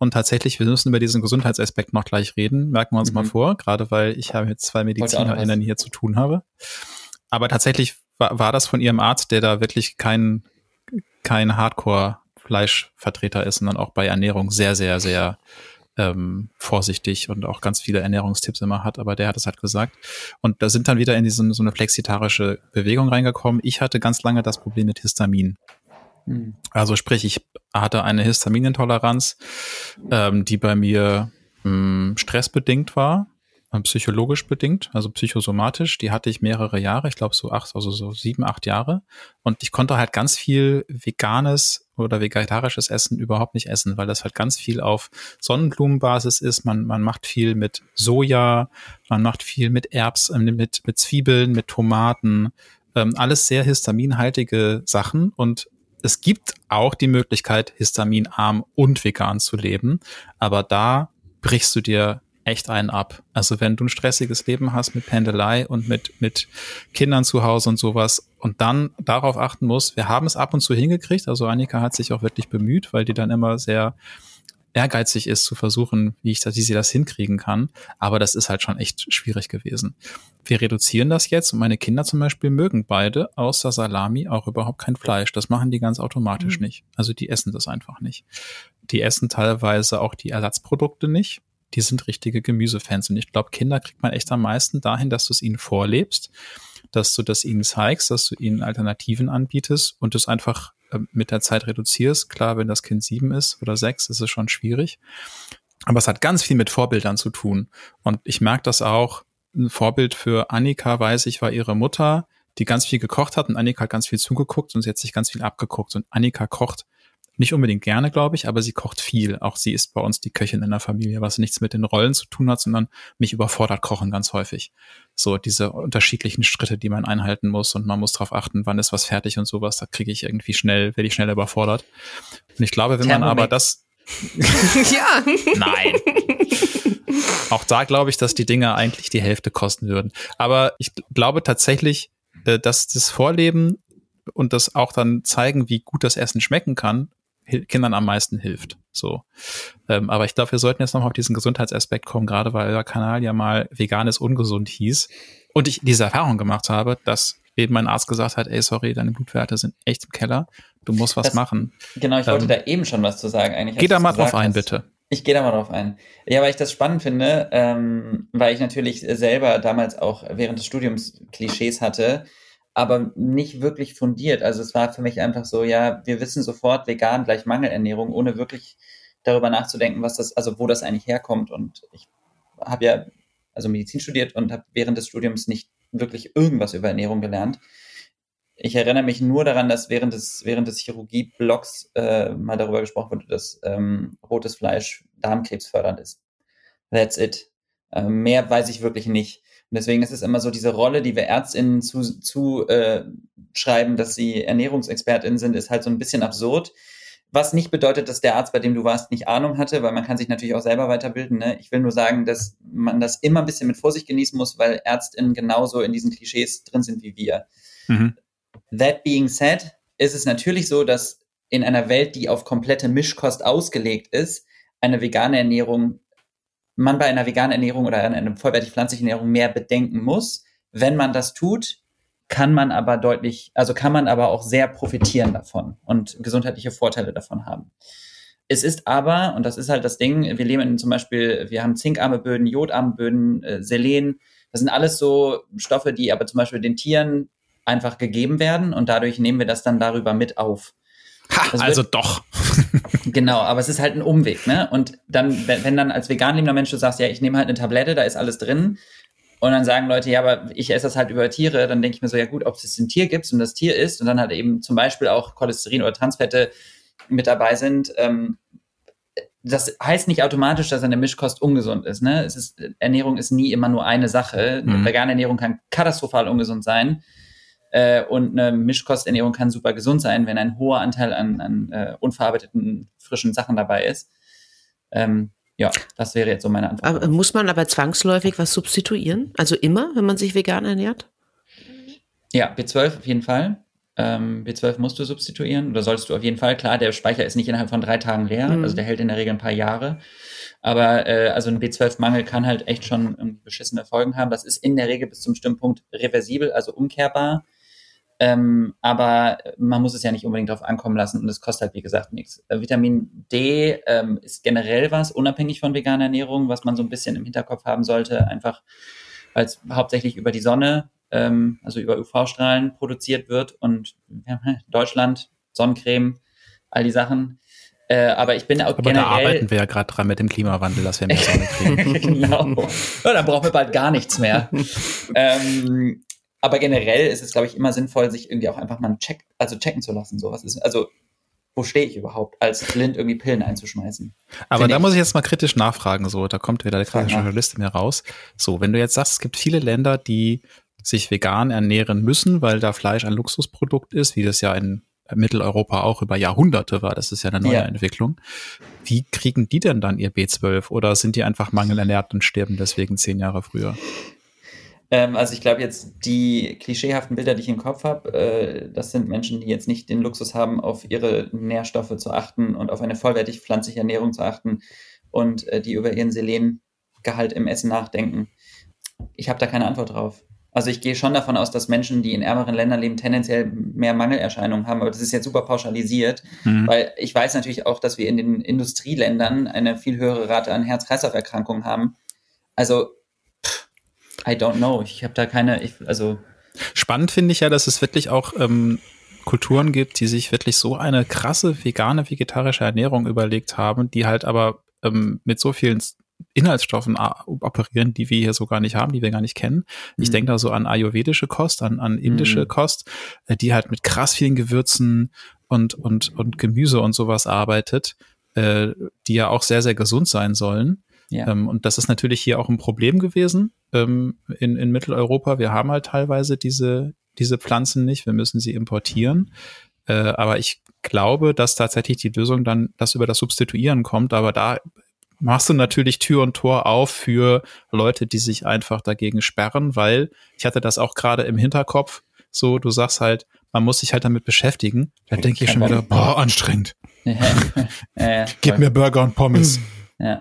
Und tatsächlich, wir müssen über diesen Gesundheitsaspekt noch gleich reden, merken wir uns mhm. mal vor, gerade weil ich ja mit zwei MedizinerInnen hier zu tun habe. Aber tatsächlich war, war das von ihrem Arzt, der da wirklich kein, kein Hardcore-Fleischvertreter ist, sondern auch bei Ernährung sehr, sehr, sehr ähm, vorsichtig und auch ganz viele Ernährungstipps immer hat, aber der hat es halt gesagt. Und da sind dann wieder in diese, so eine flexitarische Bewegung reingekommen. Ich hatte ganz lange das Problem mit Histamin. Mhm. Also sprich, ich hatte eine Histaminintoleranz, ähm, die bei mir mh, stressbedingt war, psychologisch bedingt, also psychosomatisch. Die hatte ich mehrere Jahre, ich glaube so acht, also so sieben, acht Jahre. Und ich konnte halt ganz viel veganes oder vegetarisches Essen überhaupt nicht essen, weil das halt ganz viel auf Sonnenblumenbasis ist. Man, man macht viel mit Soja, man macht viel mit Erbsen, mit, mit Zwiebeln, mit Tomaten, ähm, alles sehr histaminhaltige Sachen. Und es gibt auch die Möglichkeit, histaminarm und vegan zu leben, aber da brichst du dir echt einen ab. Also wenn du ein stressiges Leben hast mit Pendelei und mit mit Kindern zu Hause und sowas und dann darauf achten musst, wir haben es ab und zu hingekriegt, also Annika hat sich auch wirklich bemüht, weil die dann immer sehr ehrgeizig ist, zu versuchen, wie ich das, wie sie das hinkriegen kann, aber das ist halt schon echt schwierig gewesen. Wir reduzieren das jetzt und meine Kinder zum Beispiel mögen beide außer Salami auch überhaupt kein Fleisch. Das machen die ganz automatisch mhm. nicht. Also die essen das einfach nicht. Die essen teilweise auch die Ersatzprodukte nicht. Die sind richtige Gemüsefans. Und ich glaube, Kinder kriegt man echt am meisten dahin, dass du es ihnen vorlebst, dass du das ihnen zeigst, dass du ihnen Alternativen anbietest und es einfach äh, mit der Zeit reduzierst. Klar, wenn das Kind sieben ist oder sechs, ist es schon schwierig. Aber es hat ganz viel mit Vorbildern zu tun. Und ich merke das auch. Ein Vorbild für Annika, weiß ich, war ihre Mutter, die ganz viel gekocht hat und Annika hat ganz viel zugeguckt und sie hat sich ganz viel abgeguckt. Und Annika kocht nicht unbedingt gerne, glaube ich, aber sie kocht viel. Auch sie ist bei uns die Köchin in der Familie, was nichts mit den Rollen zu tun hat, sondern mich überfordert Kochen ganz häufig. So diese unterschiedlichen Schritte, die man einhalten muss und man muss darauf achten, wann ist was fertig und sowas. Da kriege ich irgendwie schnell, werde ich schnell überfordert. Und ich glaube, wenn man aber das... Ja. Nein. Auch da glaube ich, dass die Dinge eigentlich die Hälfte kosten würden. Aber ich glaube tatsächlich, dass das Vorleben und das auch dann zeigen, wie gut das Essen schmecken kann, Kindern am meisten hilft. So, ähm, aber ich glaube, wir sollten jetzt noch mal auf diesen Gesundheitsaspekt kommen, gerade weil der Kanal ja mal vegan ist ungesund hieß und ich diese Erfahrung gemacht habe, dass eben mein Arzt gesagt hat, ey, sorry, deine Blutwerte sind echt im Keller, du musst was das, machen. Genau, ich wollte ähm, da eben schon was zu sagen eigentlich. Geh da mal drauf ein, hast. bitte. Ich gehe da mal drauf ein. Ja, weil ich das spannend finde, ähm, weil ich natürlich selber damals auch während des Studiums Klischees hatte, aber nicht wirklich fundiert. Also es war für mich einfach so, ja, wir wissen sofort, vegan gleich Mangelernährung, ohne wirklich darüber nachzudenken, was das, also wo das eigentlich herkommt. Und ich habe ja also Medizin studiert und habe während des Studiums nicht wirklich irgendwas über Ernährung gelernt. Ich erinnere mich nur daran, dass während des während des Chirurgie-Blogs äh, mal darüber gesprochen wurde, dass ähm, rotes Fleisch darmkrebsfördernd ist. That's it. Äh, mehr weiß ich wirklich nicht. Und deswegen ist es immer so diese Rolle, die wir ÄrztInnen zu, zu äh, schreiben, dass sie ErnährungsexpertInnen sind, ist halt so ein bisschen absurd. Was nicht bedeutet, dass der Arzt, bei dem du warst, nicht Ahnung hatte, weil man kann sich natürlich auch selber weiterbilden. Ne? Ich will nur sagen, dass man das immer ein bisschen mit Vorsicht genießen muss, weil ÄrztInnen genauso in diesen Klischees drin sind wie wir. Mhm. That being said, ist es natürlich so, dass in einer Welt, die auf komplette Mischkost ausgelegt ist, eine vegane Ernährung, man bei einer veganen Ernährung oder einer vollwertig pflanzlichen Ernährung mehr bedenken muss. Wenn man das tut, kann man aber deutlich, also kann man aber auch sehr profitieren davon und gesundheitliche Vorteile davon haben. Es ist aber, und das ist halt das Ding, wir leben in zum Beispiel, wir haben zinkarme Böden, jodarme Böden, äh, Selen, das sind alles so Stoffe, die aber zum Beispiel den Tieren einfach gegeben werden und dadurch nehmen wir das dann darüber mit auf. Ha, das also wird, doch. Genau, aber es ist halt ein Umweg, ne? Und dann, wenn, wenn dann als vegan lebender Mensch du sagst, ja, ich nehme halt eine Tablette, da ist alles drin, und dann sagen Leute, ja, aber ich esse das halt über Tiere, dann denke ich mir so, ja gut, ob es ein Tier gibt und das Tier isst und dann halt eben zum Beispiel auch Cholesterin oder Transfette mit dabei sind, ähm, das heißt nicht automatisch, dass eine Mischkost ungesund ist, ne? Es ist, Ernährung ist nie immer nur eine Sache. Mhm. Vegane Ernährung kann katastrophal ungesund sein. Und eine Mischkosternährung kann super gesund sein, wenn ein hoher Anteil an, an uh, unverarbeiteten, frischen Sachen dabei ist. Ähm, ja, das wäre jetzt so meine Antwort. Aber muss man aber zwangsläufig was substituieren? Also immer, wenn man sich vegan ernährt? Ja, B zwölf auf jeden Fall. Ähm, B zwölf musst du substituieren oder solltest du auf jeden Fall. Klar, der Speicher ist nicht innerhalb von drei Tagen leer, mhm. also der hält in der Regel ein paar Jahre. Aber äh, also ein B zwölf Mangel kann halt echt schon beschissene Folgen haben. Das ist in der Regel bis zum bestimmten Punkt reversibel, also umkehrbar. Ähm, aber man muss es ja nicht unbedingt darauf ankommen lassen und es kostet halt, wie gesagt, nichts. Äh, Vitamin D ähm, ist generell was, unabhängig von veganer Ernährung, was man so ein bisschen im Hinterkopf haben sollte, einfach weil es hauptsächlich über die Sonne, ähm, also über U V-Strahlen produziert wird und ja, Deutschland, Sonnencreme, all die Sachen. Äh, aber ich bin auch aber generell... Aber da arbeiten wir ja gerade dran mit dem Klimawandel, dass wir mehr Sonne kriegen. Genau. Ja, dann brauchen wir bald gar nichts mehr. ähm, Aber generell ist es, glaube ich, immer sinnvoll, sich irgendwie auch einfach mal einen Check, also checken zu lassen. So, was ist, also, wo stehe ich überhaupt, als blind irgendwie Pillen einzuschmeißen? Aber Find da ich, muss ich jetzt mal kritisch nachfragen. So, da kommt wieder der kritische Journalist in mir raus. So, wenn du jetzt sagst, es gibt viele Länder, die sich vegan ernähren müssen, weil da Fleisch ein Luxusprodukt ist, wie das ja in Mitteleuropa auch über Jahrhunderte war. Das ist ja eine neue ja. Entwicklung. Wie kriegen die denn dann ihr B zwölf? Oder sind die einfach mangelernährt und sterben deswegen zehn Jahre früher? Also ich glaube jetzt, die klischeehaften Bilder, die ich im Kopf habe, äh, das sind Menschen, die jetzt nicht den Luxus haben, auf ihre Nährstoffe zu achten und auf eine vollwertig pflanzliche Ernährung zu achten und äh, die über ihren Selengehalt im Essen nachdenken. Ich habe da keine Antwort drauf. Also ich gehe schon davon aus, dass Menschen, die in ärmeren Ländern leben, tendenziell mehr Mangelerscheinungen haben, aber das ist jetzt super pauschalisiert, mhm. weil ich weiß natürlich auch, dass wir in den Industrieländern eine viel höhere Rate an Herz-Kreislauf-Erkrankungen haben. Also I don't know. Ich habe da keine, ich, also. Spannend finde ich ja, dass es wirklich auch ähm, Kulturen gibt, die sich wirklich so eine krasse vegane, vegetarische Ernährung überlegt haben, die halt aber ähm, mit so vielen Inhaltsstoffen operieren, die wir hier so gar nicht haben, die wir gar nicht kennen. Ich mhm. denke da so an ayurvedische Kost, an, an indische mhm. Kost, die halt mit krass vielen Gewürzen und, und, und Gemüse und sowas arbeitet, äh, die ja auch sehr, sehr gesund sein sollen. Ja. Ähm, und das ist natürlich hier auch ein Problem gewesen ähm, in, in Mitteleuropa. Wir haben halt teilweise diese, diese Pflanzen nicht. Wir müssen sie importieren. Äh, aber ich glaube, dass tatsächlich die Lösung dann das über das Substituieren kommt. Aber da machst du natürlich Tür und Tor auf für Leute, die sich einfach dagegen sperren, weil ich hatte das auch gerade im Hinterkopf. So, du sagst halt, man muss sich halt damit beschäftigen. Da denke ich schon wieder, boah, anstrengend. Ja. Ja, ja, Gib mir Burger und Pommes. Ja.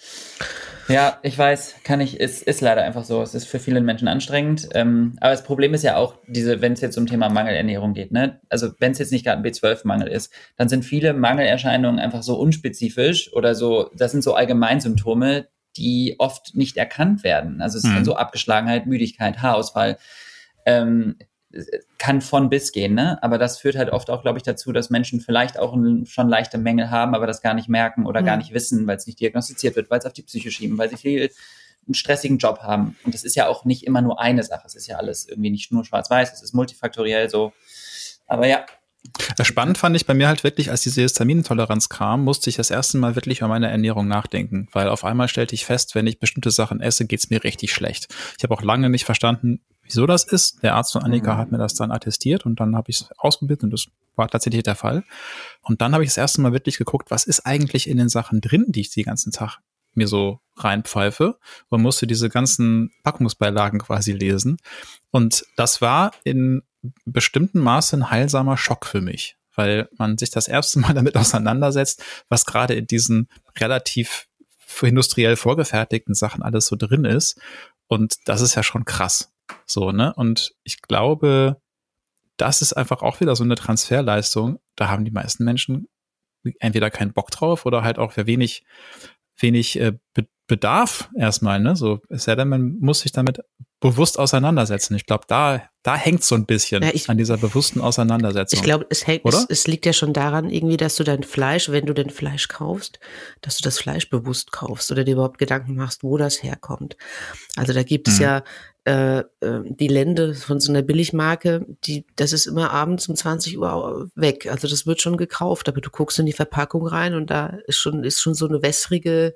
Ja, ich weiß, kann ich, ist, ist leider einfach so. Es ist für viele Menschen anstrengend. Ähm, aber das Problem ist ja auch, diese, wenn es jetzt um Thema Mangelernährung geht, ne? Also wenn es jetzt nicht gerade ein B zwölf Mangel ist, dann sind viele Mangelerscheinungen einfach so unspezifisch oder so, das sind so Allgemeinsymptome, die oft nicht erkannt werden. Also es mhm. ist dann so Abgeschlagenheit, Müdigkeit, Haarausfall. Ähm, kann von bis gehen, ne? Aber das führt halt oft auch, glaube ich, dazu, dass Menschen vielleicht auch ein, schon leichte Mängel haben, aber das gar nicht merken oder mhm. gar nicht wissen, weil es nicht diagnostiziert wird, weil es auf die Psyche schieben, weil sie viel einen stressigen Job haben. Und das ist ja auch nicht immer nur eine Sache. Es ist ja alles irgendwie nicht nur schwarz-weiß, es ist multifaktoriell so. Aber ja. Spannend fand ich bei mir halt wirklich, als diese Histaminintoleranz kam, musste ich das erste Mal wirklich über meine Ernährung nachdenken, weil auf einmal stellte ich fest, wenn ich bestimmte Sachen esse, geht's mir richtig schlecht. Ich habe auch lange nicht verstanden, wieso das ist. Der Arzt von Annika mhm. hat mir das dann attestiert und dann habe ich es ausprobiert und das war tatsächlich der Fall. Und dann habe ich das erste Mal wirklich geguckt, was ist eigentlich in den Sachen drin, die ich den ganzen Tag mir so reinpfeife und musste diese ganzen Packungsbeilagen quasi lesen. Und das war in bestimmten Maße ein heilsamer Schock für mich, weil man sich das erste Mal damit auseinandersetzt, was gerade in diesen relativ industriell vorgefertigten Sachen alles so drin ist. Und das ist ja schon krass. So, ne? Und ich glaube, das ist einfach auch wieder so eine Transferleistung. Da haben die meisten Menschen entweder keinen Bock drauf oder halt auch wenig, wenig äh, Be- Bedarf erstmal, ne? So, es sei denn, man muss sich damit bewusst auseinandersetzen. Ich glaube, da, da hängt so ein bisschen ja, ich, an dieser bewussten Auseinandersetzung. Ich glaube, es, es, es liegt ja schon daran irgendwie, dass du dein Fleisch, wenn du dein Fleisch kaufst, dass du das Fleisch bewusst kaufst oder dir überhaupt Gedanken machst, wo das herkommt. Also da gibt es mhm. ja äh, die Lende von so einer Billigmarke, die, das ist immer abends um zwanzig Uhr weg. Also das wird schon gekauft, aber du guckst in die Verpackung rein und da ist schon, ist schon so eine wässrige,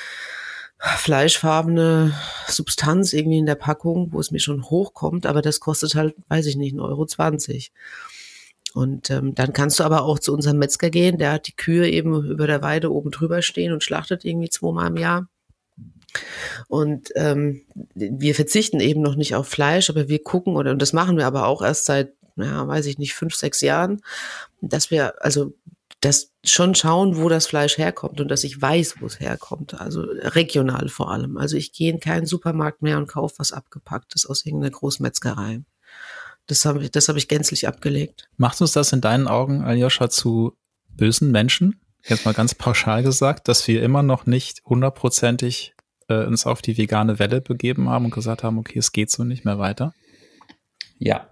fleischfarbene Substanz irgendwie in der Packung, wo es mir schon hochkommt, aber das kostet halt, weiß ich nicht, ein Euro zwanzig. Und ähm, dann kannst du aber auch zu unserem Metzger gehen, der hat die Kühe eben über der Weide oben drüber stehen und schlachtet irgendwie zweimal im Jahr. Und ähm, wir verzichten eben noch nicht auf Fleisch, aber wir gucken, oder und das machen wir aber auch erst seit ja, weiß ich nicht, fünf, sechs Jahren, dass wir also das schon schauen, wo das Fleisch herkommt und dass ich weiß, wo es herkommt. Also regional vor allem. Also ich gehe in keinen Supermarkt mehr und kaufe was Abgepacktes aus irgendeiner Großmetzgerei. Das habe ich, das habe ich gänzlich abgelegt. Macht uns das in deinen Augen, Aljoscha, zu bösen Menschen? Jetzt mal ganz pauschal gesagt, dass wir immer noch nicht hundertprozentig äh, uns auf die vegane Welle begeben haben und gesagt haben, okay, es geht so nicht mehr weiter? Ja.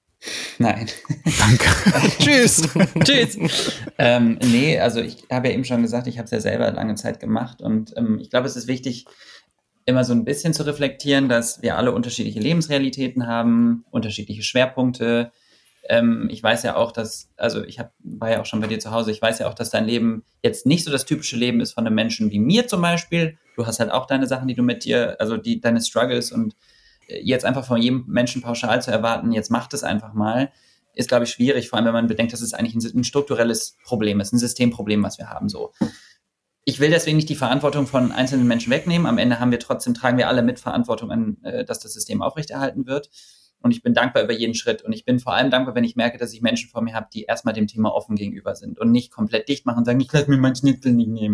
Nein. Danke. Tschüss. Tschüss. Ähm, nee, also ich habe ja eben schon gesagt, ich habe es ja selber lange Zeit gemacht und ähm, ich glaube, es ist wichtig, immer so ein bisschen zu reflektieren, dass wir alle unterschiedliche Lebensrealitäten haben, unterschiedliche Schwerpunkte. Ähm, ich weiß ja auch, dass, also ich hab, war ja auch schon bei dir zu Hause, ich weiß ja auch, dass dein Leben jetzt nicht so das typische Leben ist von einem Menschen wie mir zum Beispiel. Du hast halt auch deine Sachen, die du mit dir, also die deine Struggles und jetzt einfach von jedem Menschen pauschal zu erwarten, jetzt macht es einfach mal, ist, glaube ich, schwierig, vor allem wenn man bedenkt, dass es eigentlich ein, ein strukturelles Problem ist, ein Systemproblem, was wir haben, so. Ich will deswegen nicht die Verantwortung von einzelnen Menschen wegnehmen. Am Ende haben wir trotzdem, tragen wir alle mit Verantwortung an, dass das System aufrechterhalten wird. Und ich bin dankbar über jeden Schritt. Und ich bin vor allem dankbar, wenn ich merke, dass ich Menschen vor mir habe, die erstmal dem Thema offen gegenüber sind und nicht komplett dicht machen und sagen, ich lasse mir meinen Schnitzel nicht nehmen.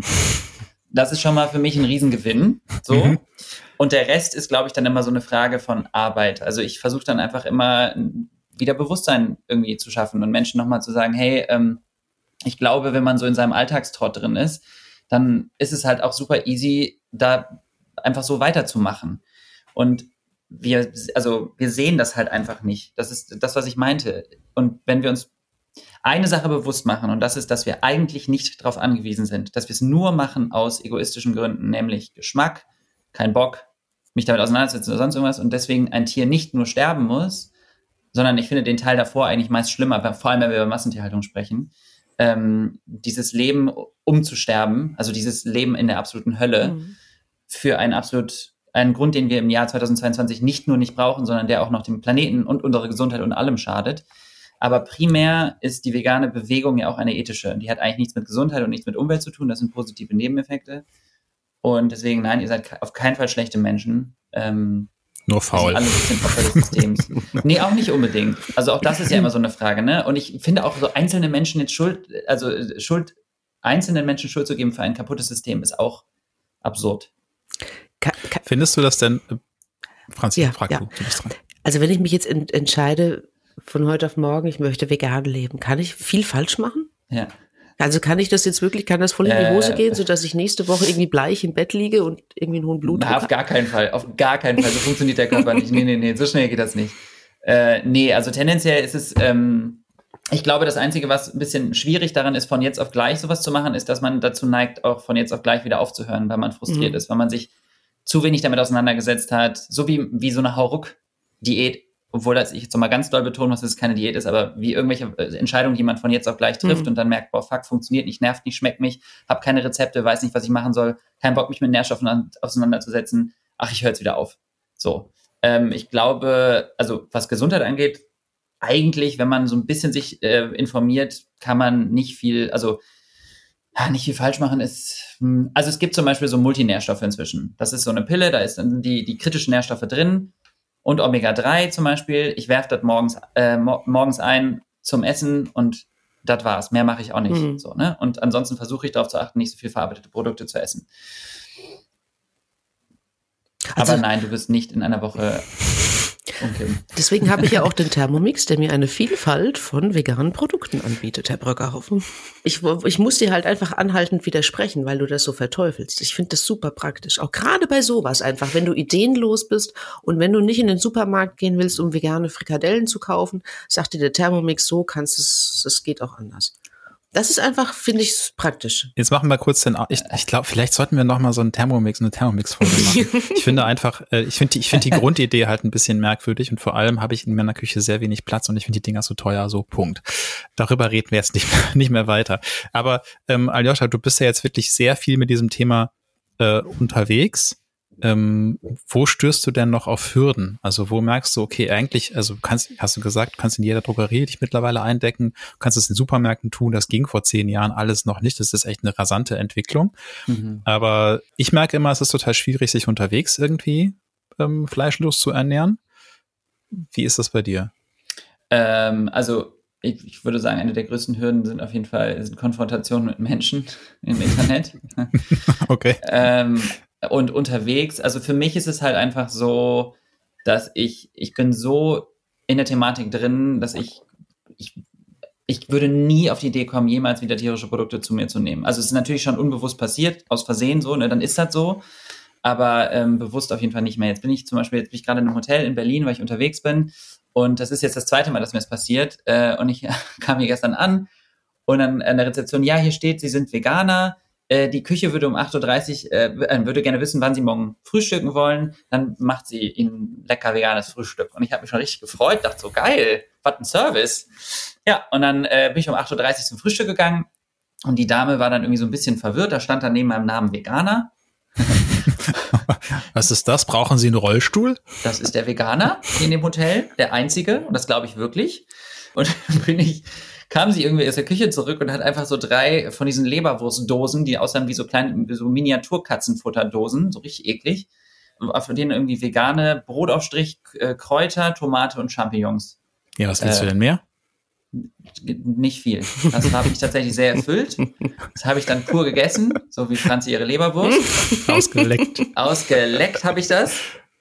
Das ist schon mal für mich ein Riesengewinn. So. Mhm. Und der Rest ist, glaube ich, dann immer so eine Frage von Arbeit. Also ich versuche dann einfach immer wieder Bewusstsein irgendwie zu schaffen und Menschen nochmal zu sagen, hey, ähm, ich glaube, wenn man so in seinem Alltagstrott drin ist, dann ist es halt auch super easy, da einfach so weiterzumachen. Und wir, also wir sehen das halt einfach nicht. Das ist das, was ich meinte. Und wenn wir uns eine Sache bewusst machen, und das ist, dass wir eigentlich nicht darauf angewiesen sind, dass wir es nur machen aus egoistischen Gründen, nämlich Geschmack, kein Bock, mich damit auseinandersetzen oder sonst irgendwas, und deswegen ein Tier nicht nur sterben muss, sondern ich finde den Teil davor eigentlich meist schlimmer, vor allem wenn wir über Massentierhaltung sprechen, ähm, dieses Leben umzusterben, also dieses Leben in der absoluten Hölle, mhm. für einen absolut, einen Grund, den wir im Jahr zweitausendzweiundzwanzig nicht nur nicht brauchen, sondern der auch noch dem Planeten und unserer Gesundheit und allem schadet. Aber primär ist die vegane Bewegung ja auch eine ethische. Die hat eigentlich nichts mit Gesundheit und nichts mit Umwelt zu tun. Das sind positive Nebeneffekte. Und deswegen, nein, ihr seid auf keinen Fall schlechte Menschen. Ähm, Nur faul. Alle sind Opfer des Systems. Nee, auch nicht unbedingt. Also auch das ist ja immer so eine Frage, ne? Und ich finde auch so einzelne Menschen jetzt Schuld, also Schuld, einzelnen Menschen Schuld zu geben für ein kaputtes System ist auch absurd. Ka- ka- Findest du das denn, Franzi, ja, frag ja. du, du bist dran. Also wenn ich mich jetzt ent- entscheide, von heute auf morgen, ich möchte vegan leben, kann ich viel falsch machen? Ja. Also kann ich das jetzt wirklich, kann das voll in die Hose äh, gehen, sodass ich nächste Woche irgendwie bleich im Bett liege und irgendwie einen hohen Blutdruck habe? Auf gar keinen Fall, auf gar keinen Fall. So funktioniert der Körper nicht. Nee, nee, nee, so schnell geht das nicht. Äh, nee, also tendenziell ist es, ähm, ich glaube, das Einzige, was ein bisschen schwierig daran ist, von jetzt auf gleich sowas zu machen, ist, dass man dazu neigt, auch von jetzt auf gleich wieder aufzuhören, weil man frustriert mhm. ist, weil man sich zu wenig damit auseinandergesetzt hat. So wie, wie so eine Hauruck-Diät, obwohl das ich jetzt nochmal ganz doll betonen muss, dass es keine Diät ist, aber wie irgendwelche Entscheidungen, die man von jetzt auf gleich trifft mhm. und dann merkt, boah, fuck, funktioniert nicht, nervt nicht, schmeckt nicht, hab keine Rezepte, weiß nicht, was ich machen soll, keinen Bock, mich mit Nährstoffen an, auseinanderzusetzen, ach, ich höre jetzt wieder auf. So. Ähm, ich glaube, also was Gesundheit angeht, eigentlich, wenn man so ein bisschen sich äh, informiert, kann man nicht viel, also ja, nicht viel falsch machen ist, hm, also es gibt zum Beispiel so Multinährstoffe inzwischen. Das ist so eine Pille, da ist dann die, die kritischen Nährstoffe drin, und Omega drei zum Beispiel, ich werfe das morgens, äh, mo- morgens ein zum Essen und das war's. Mehr mache ich auch nicht. Mhm. So, ne? Und ansonsten versuche ich darauf zu achten, nicht so viel verarbeitete Produkte zu essen. Also, aber nein, du wirst nicht in einer Woche umkippen. Deswegen habe ich ja auch den Thermomix, der mir eine Vielfalt von veganen Produkten anbietet, Herr Bröckerhoffen. Ich, ich muss dir halt einfach anhaltend widersprechen, weil du das so verteufelst. Ich finde das super praktisch. Auch gerade bei sowas einfach, wenn du ideenlos bist und wenn du nicht in den Supermarkt gehen willst, um vegane Frikadellen zu kaufen, sagt dir der Thermomix, so kannst es, es geht auch anders. Das ist einfach, finde ich, praktisch. Jetzt machen wir kurz den, ich, ich glaube, vielleicht sollten wir noch mal so einen Thermomix, eine Thermomix-Folge machen. Ich finde einfach, ich finde die, ich finde die Grundidee halt ein bisschen merkwürdig und vor allem habe ich in meiner Küche sehr wenig Platz und ich finde die Dinger so teuer, so Punkt. Darüber reden wir jetzt nicht mehr, nicht mehr weiter. Aber ähm, Aljoscha, du bist ja jetzt wirklich sehr viel mit diesem Thema äh, unterwegs. Ähm, wo stößt du denn noch auf Hürden? Also wo merkst du, okay, eigentlich, also kannst, hast du gesagt, kannst in jeder Drogerie dich mittlerweile eindecken, kannst es in Supermärkten tun, das ging vor zehn Jahren alles noch nicht, das ist echt eine rasante Entwicklung. Mhm. Aber ich merke immer, es ist total schwierig, sich unterwegs irgendwie ähm, fleischlos zu ernähren. Wie ist das bei dir? Ähm, also ich, ich würde sagen, eine der größten Hürden sind auf jeden Fall sind Konfrontationen mit Menschen im Internet. Okay. ähm, und unterwegs. Also für mich ist es halt einfach so, dass ich, ich bin so in der Thematik drin, dass ich, ich, ich würde nie auf die Idee kommen, jemals wieder tierische Produkte zu mir zu nehmen. Also es ist natürlich schon unbewusst passiert, aus Versehen so, ne, dann ist das so. Aber ähm, bewusst auf jeden Fall nicht mehr. Jetzt bin ich zum Beispiel, jetzt bin ich gerade in einem Hotel in Berlin, weil ich unterwegs bin. Und das ist jetzt das zweite Mal, dass mir das passiert. Äh, und ich kam hier gestern an und dann an der Rezeption, ja, hier steht, Sie sind Veganer. Äh, die Küche würde um acht Uhr dreißig, äh, würde gerne wissen, wann Sie morgen frühstücken wollen. Dann macht sie Ihnen lecker veganes Frühstück. Und ich habe mich schon richtig gefreut, dachte so, geil, was ein Service. Ja, und dann äh, bin ich um acht Uhr dreißig zum Frühstück gegangen. Und die Dame war dann irgendwie so ein bisschen verwirrt. Da stand dann neben meinem Namen Veganer. Was ist das? Brauchen Sie einen Rollstuhl? Das ist der Veganer in dem Hotel, der einzige, und das glaube ich wirklich. Und dann bin ich, kam sie irgendwie aus der Küche zurück und hat einfach so drei von diesen Leberwurstdosen, die aussahen wie so kleine, so Miniaturkatzenfutterdosen, so richtig eklig. Von denen irgendwie vegane Brotaufstrich, äh, Kräuter, Tomate und Champignons. Ja, was willst äh, du denn mehr? Nicht viel. Das habe ich tatsächlich sehr erfüllt. Das habe ich dann pur gegessen, so wie Franzi ihre Leberwurst. Ausgeleckt. Ausgeleckt habe ich das.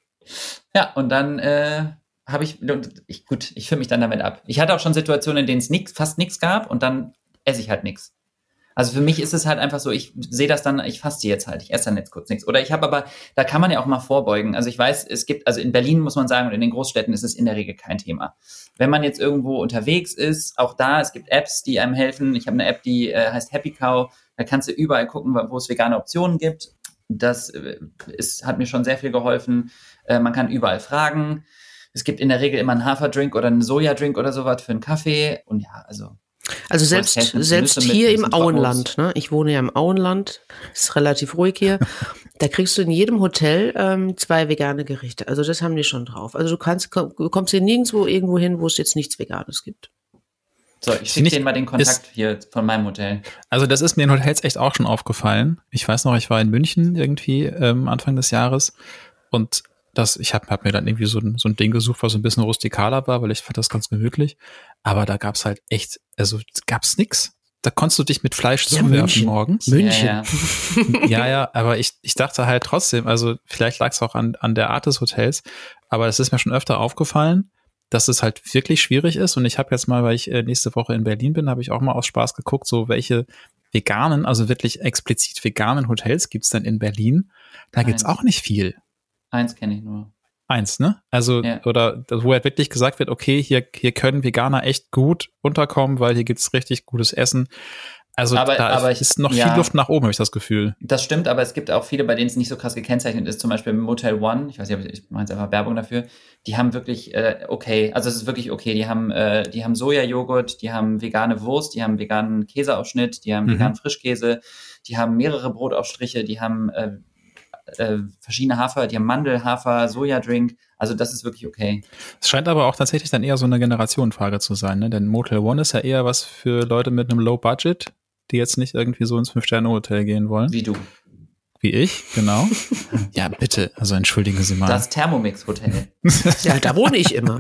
Ja, und dann äh, habe ich, ich, gut, ich fühle mich dann damit ab. Ich hatte auch schon Situationen, in denen es nix, fast nichts gab und dann esse ich halt nichts. Also für mich ist es halt einfach so, ich sehe das dann, ich faste jetzt halt, ich esse dann jetzt kurz nichts. Oder ich habe aber, da kann man ja auch mal vorbeugen. Also ich weiß, es gibt, also in Berlin muss man sagen und in den Großstädten ist es in der Regel kein Thema. Wenn man jetzt irgendwo unterwegs ist, auch da, es gibt Apps, die einem helfen. Ich habe eine App, die äh, heißt Happy Cow. Da kannst du überall gucken, wo es vegane Optionen gibt. Das äh, ist, hat mir schon sehr viel geholfen. Äh, man kann überall fragen. Es gibt in der Regel immer einen Haferdrink oder einen Sojadrink oder sowas für einen Kaffee. Und ja, also Also selbst, selbst hier im Auenland, ne? Ich wohne ja im Auenland, ist relativ ruhig hier. Da kriegst du in jedem Hotel ähm, zwei vegane Gerichte. Also das haben die schon drauf. Also du kannst, du kommst hier nirgendwo irgendwo hin, wo es jetzt nichts Veganes gibt. So, ich schicke denen mal den Kontakt ist, hier von meinem Hotel. Also das ist mir in Hotels echt auch schon aufgefallen. Ich weiß noch, ich war in München irgendwie ähm, Anfang des Jahres und das, ich habe hab mir dann irgendwie so ein, so ein Ding gesucht, was so ein bisschen rustikaler war, weil ich fand das ganz gemütlich. Aber da gab's halt echt, also gab's nix. Da konntest du dich mit Fleisch ja, zuwerfen München. morgens. München. Ja, ja. ja, ja, aber ich, ich dachte halt trotzdem, also vielleicht lag es auch an, an der Art des Hotels, aber es ist mir schon öfter aufgefallen, dass es halt wirklich schwierig ist. Und ich habe jetzt mal, weil ich nächste Woche in Berlin bin, habe ich auch mal aus Spaß geguckt, so welche veganen, also wirklich explizit veganen Hotels gibt's denn in Berlin. Da Eins. Gibt's auch nicht viel. Eins kenne ich nur. Eins, ne? Also, ja. Oder wo halt wirklich gesagt wird, okay, hier, hier können Veganer echt gut unterkommen, weil hier gibt's richtig gutes Essen. Also aber, da aber ist, ich, ist noch ja, viel Luft nach oben, habe ich das Gefühl. Das stimmt, aber es gibt auch viele, bei denen es nicht so krass gekennzeichnet ist, zum Beispiel Motel One, ich weiß nicht, ich mache jetzt einfach Werbung dafür, die haben wirklich, äh, okay, also es ist wirklich okay, die haben äh, die haben Sojajoghurt, die haben vegane Wurst, die haben veganen Käseausschnitt, die haben mhm. veganen Frischkäse, die haben mehrere Brotaufstriche, die haben äh, äh, verschiedene Hafer, die haben Mandel, Hafer, Sojadrink, also das ist wirklich okay. Es scheint aber auch tatsächlich dann eher so eine Generationenfrage zu sein, ne? Denn Motel One ist ja eher was für Leute mit einem Low Budget, die jetzt nicht irgendwie so ins Fünf-Sterne-Hotel gehen wollen. Wie du. Wie ich, genau. Ja, bitte, also entschuldigen Sie mal. Das Thermomix-Hotel. Ja, da wohne ich immer.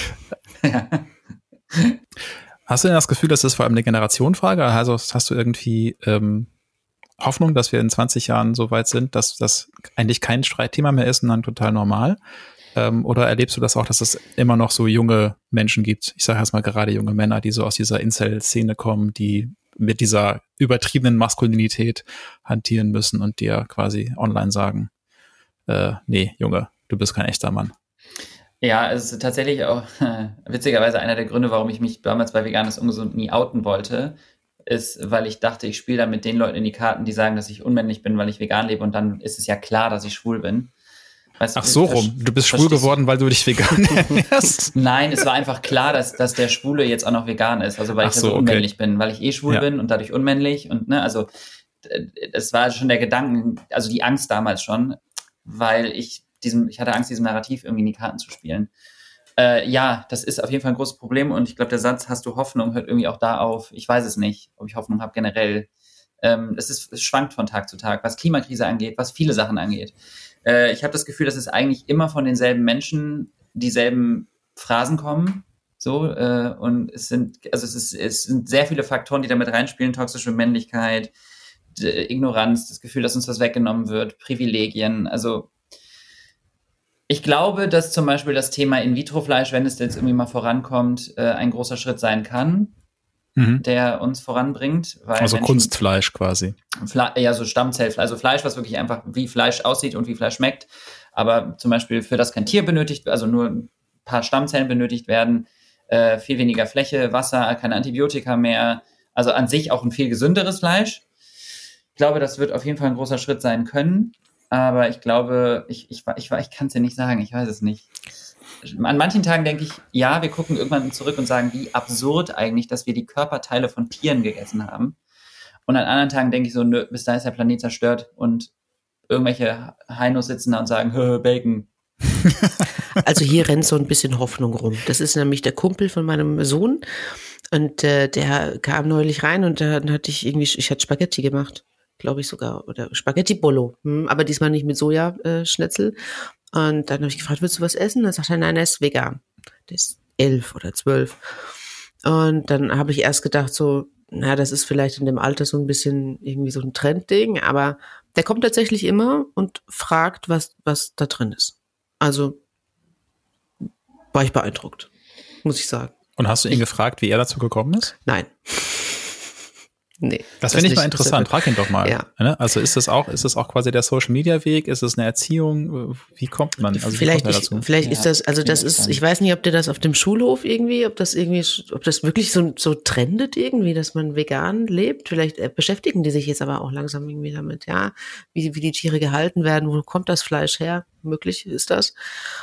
Ja. Hast du denn das Gefühl, das ist vor allem eine Generationenfrage? Also hast du irgendwie ähm, Hoffnung, dass wir in zwanzig Jahren so weit sind, dass das eigentlich kein Streitthema mehr ist und dann total normal? Ähm, oder erlebst du das auch, dass es immer noch so junge Menschen gibt? Ich sage erst mal gerade junge Männer, die so aus dieser Incel-Szene kommen, die mit dieser übertriebenen Maskulinität hantieren müssen und dir quasi online sagen, äh, nee, Junge, du bist kein echter Mann. Ja, es ist tatsächlich auch äh, witzigerweise einer der Gründe, warum ich mich damals bei Vegan ist ungesund nie outen wollte, ist, weil ich dachte, ich spiele dann mit den Leuten in die Karten, die sagen, dass ich unmännlich bin, weil ich vegan lebe, und dann ist es ja klar, dass ich schwul bin. Weißt du, Ach so rum, du bist schwul geworden, weil du dich vegan ernährst? Nein, es war einfach klar, dass, dass der Schwule jetzt auch noch vegan ist, also weil Ach ich ja so, so okay. unmännlich bin, weil ich eh schwul Ja. bin und dadurch unmännlich und ne, also es war schon der Gedanken, also die Angst damals schon, weil ich diesem, ich hatte Angst, diesem Narrativ irgendwie in die Karten zu spielen. Äh, ja, das ist auf jeden Fall ein großes Problem und ich glaube, der Satz, hast du Hoffnung, hört irgendwie auch da auf. Ich weiß es nicht, ob ich Hoffnung habe generell. Ähm, es, ist, es schwankt von Tag zu Tag, was Klimakrise angeht, was viele Sachen angeht. Äh, ich habe das Gefühl, dass es eigentlich immer von denselben Menschen dieselben Phrasen kommen. So, äh, und es sind, also es ist, es sind sehr viele Faktoren, die damit reinspielen, toxische Männlichkeit, d- Ignoranz, das Gefühl, dass uns was weggenommen wird, Privilegien, also ich glaube, dass zum Beispiel das Thema In-vitro-Fleisch, wenn es jetzt irgendwie mal vorankommt, äh, ein großer Schritt sein kann, mhm. der uns voranbringt. Weil also Menschen, Kunstfleisch quasi. Fle- ja, so Stammzellfleisch, also Fleisch, was wirklich einfach wie Fleisch aussieht und wie Fleisch schmeckt, aber zum Beispiel für das kein Tier benötigt, also nur ein paar Stammzellen benötigt werden, äh, viel weniger Fläche, Wasser, keine Antibiotika mehr, also an sich auch ein viel gesünderes Fleisch. Ich glaube, das wird auf jeden Fall ein großer Schritt sein können. Aber ich glaube, ich, ich, ich, ich kann es dir nicht sagen, ich weiß es nicht. An manchen Tagen denke ich, ja, wir gucken irgendwann zurück und sagen, wie absurd eigentlich, dass wir die Körperteile von Tieren gegessen haben. Und an anderen Tagen denke ich so, nö, bis da ist der Planet zerstört und irgendwelche Heinos sitzen da und sagen, hö, Bacon. Also hier rennt so ein bisschen Hoffnung rum. Das ist nämlich der Kumpel von meinem Sohn und äh, der kam neulich rein und dann hatte ich irgendwie, ich hatte Spaghetti gemacht. Glaube ich sogar, oder Spaghetti Bolo, hm, aber diesmal nicht mit Sojaschnitzel. Und dann habe ich gefragt, willst du was essen? Dann sagt er, nein, er ist vegan. Der ist elf oder zwölf. Und dann habe ich erst gedacht so, na, das ist vielleicht in dem Alter so ein bisschen irgendwie so ein Trendding, aber der kommt tatsächlich immer und fragt, was, was da drin ist. Also war ich beeindruckt, muss ich sagen. Und hast du ihn ich, gefragt, wie er dazu gekommen ist? Nein. Nee, das finde ich mal interessant. Frag ihn doch mal. Ja. Also ist das auch, ist das auch quasi der Social Media Weg? Ist es eine Erziehung? Wie kommt man? Also vielleicht, kommt ich, dazu? vielleicht ja, ist das, also das ist, ich weiß nicht, ob der das auf dem Schulhof irgendwie, ob das irgendwie, ob das wirklich so, so trendet irgendwie, dass man vegan lebt. Vielleicht beschäftigen die sich jetzt aber auch langsam irgendwie damit, ja, wie, wie die Tiere gehalten werden, wo kommt das Fleisch her? Möglich ist das.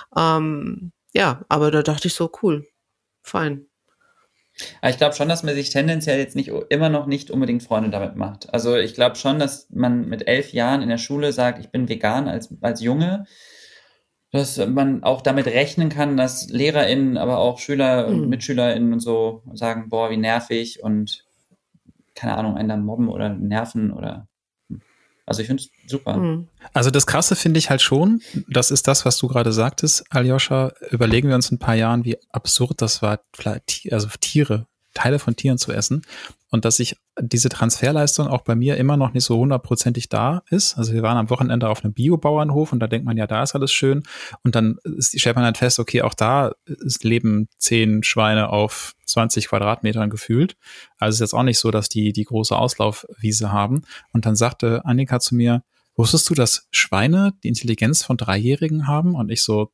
Ähm, ja, aber da dachte ich so, cool, fein. Aber ich glaube schon, dass man sich tendenziell jetzt nicht immer noch nicht unbedingt Freunde damit macht. Also ich glaube schon, dass man mit elf Jahren in der Schule sagt, ich bin vegan als, als Junge, dass man auch damit rechnen kann, dass LehrerInnen, aber auch Schüler und mhm. MitschülerInnen und so sagen, boah, wie nervig und keine Ahnung, einen dann mobben oder nerven oder also ich finde es super. Also das Krasse finde ich halt schon, das ist das, was du gerade sagtest, Aljoscha, überlegen wir uns in ein paar Jahren, wie absurd das war, also Tiere, Teile von Tieren zu essen und dass ich diese Transferleistung auch bei mir immer noch nicht so hundertprozentig da ist. Also wir waren am Wochenende auf einem Biobauernhof und da denkt man, ja, da ist alles schön und dann stellt man halt fest, okay, auch da leben zehn Schweine auf zwanzig Quadratmetern gefühlt. Also es ist jetzt auch nicht so, dass die die große Auslaufwiese haben. Und dann sagte Annika zu mir, wusstest du, dass Schweine die Intelligenz von Dreijährigen haben? Und ich so,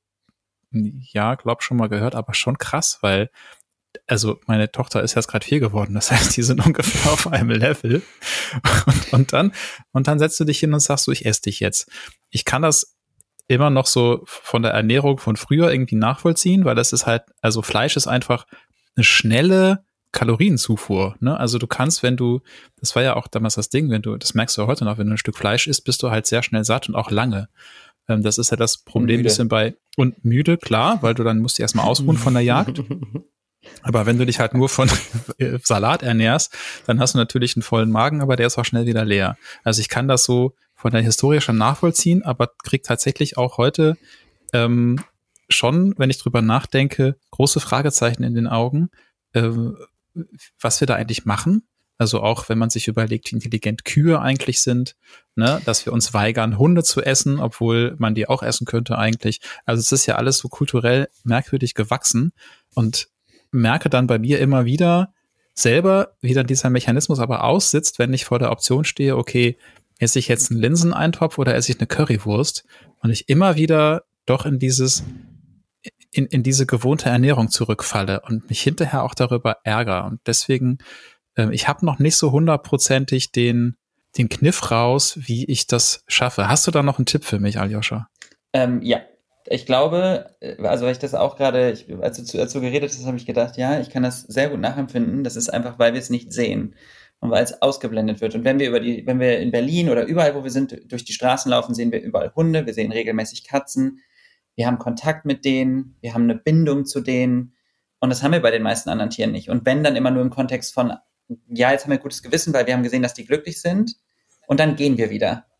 ja, glaub schon mal gehört, aber schon krass, weil also meine Tochter ist jetzt gerade vier geworden, das heißt, die sind ungefähr auf einem Level. Und, und dann und dann setzt du dich hin und sagst so, ich esse dich jetzt. Ich kann das immer noch so von der Ernährung von früher irgendwie nachvollziehen, weil das ist halt, also Fleisch ist einfach eine schnelle Kalorienzufuhr, ne? Also du kannst, wenn du, das war ja auch damals das Ding, wenn du, das merkst du ja heute noch, wenn du ein Stück Fleisch isst, bist du halt sehr schnell satt und auch lange. Ähm, das ist ja das Problem ein bisschen bei, und müde, klar, weil du dann musst dich erstmal ausruhen von der Jagd. Aber wenn du dich halt nur von Salat ernährst, dann hast du natürlich einen vollen Magen, aber der ist auch schnell wieder leer. Also ich kann das so von der Historie schon nachvollziehen, aber krieg tatsächlich auch heute ähm, schon, wenn ich drüber nachdenke, große Fragezeichen in den Augen, äh, was wir da eigentlich machen. Also auch, wenn man sich überlegt, wie intelligent Kühe eigentlich sind, ne, dass wir uns weigern, Hunde zu essen, obwohl man die auch essen könnte eigentlich. Also es ist ja alles so kulturell merkwürdig gewachsen und merke dann bei mir immer wieder selber, wie dann dieser Mechanismus aber aussitzt, wenn ich vor der Option stehe, okay, esse ich jetzt einen Linseneintopf oder esse ich eine Currywurst? Und ich immer wieder doch in dieses, in, in diese gewohnte Ernährung zurückfalle und mich hinterher auch darüber ärgere. Und deswegen, äh, ich habe noch nicht so hundertprozentig den, den Kniff raus, wie ich das schaffe. Hast du da noch einen Tipp für mich, Aljoscha? Ähm, ja. Ich glaube, also weil ich das auch gerade, ich, als du dazu geredet hast, habe ich gedacht, ja, ich kann das sehr gut nachempfinden. Das ist einfach, weil wir es nicht sehen und weil es ausgeblendet wird. Und wenn wir über die, wenn wir in Berlin oder überall, wo wir sind, durch die Straßen laufen, sehen wir überall Hunde, wir sehen regelmäßig Katzen, wir haben Kontakt mit denen, wir haben eine Bindung zu denen und das haben wir bei den meisten anderen Tieren nicht. Und wenn, dann immer nur im Kontext von, ja, jetzt haben wir gutes Gewissen, weil wir haben gesehen, dass die glücklich sind und dann gehen wir wieder.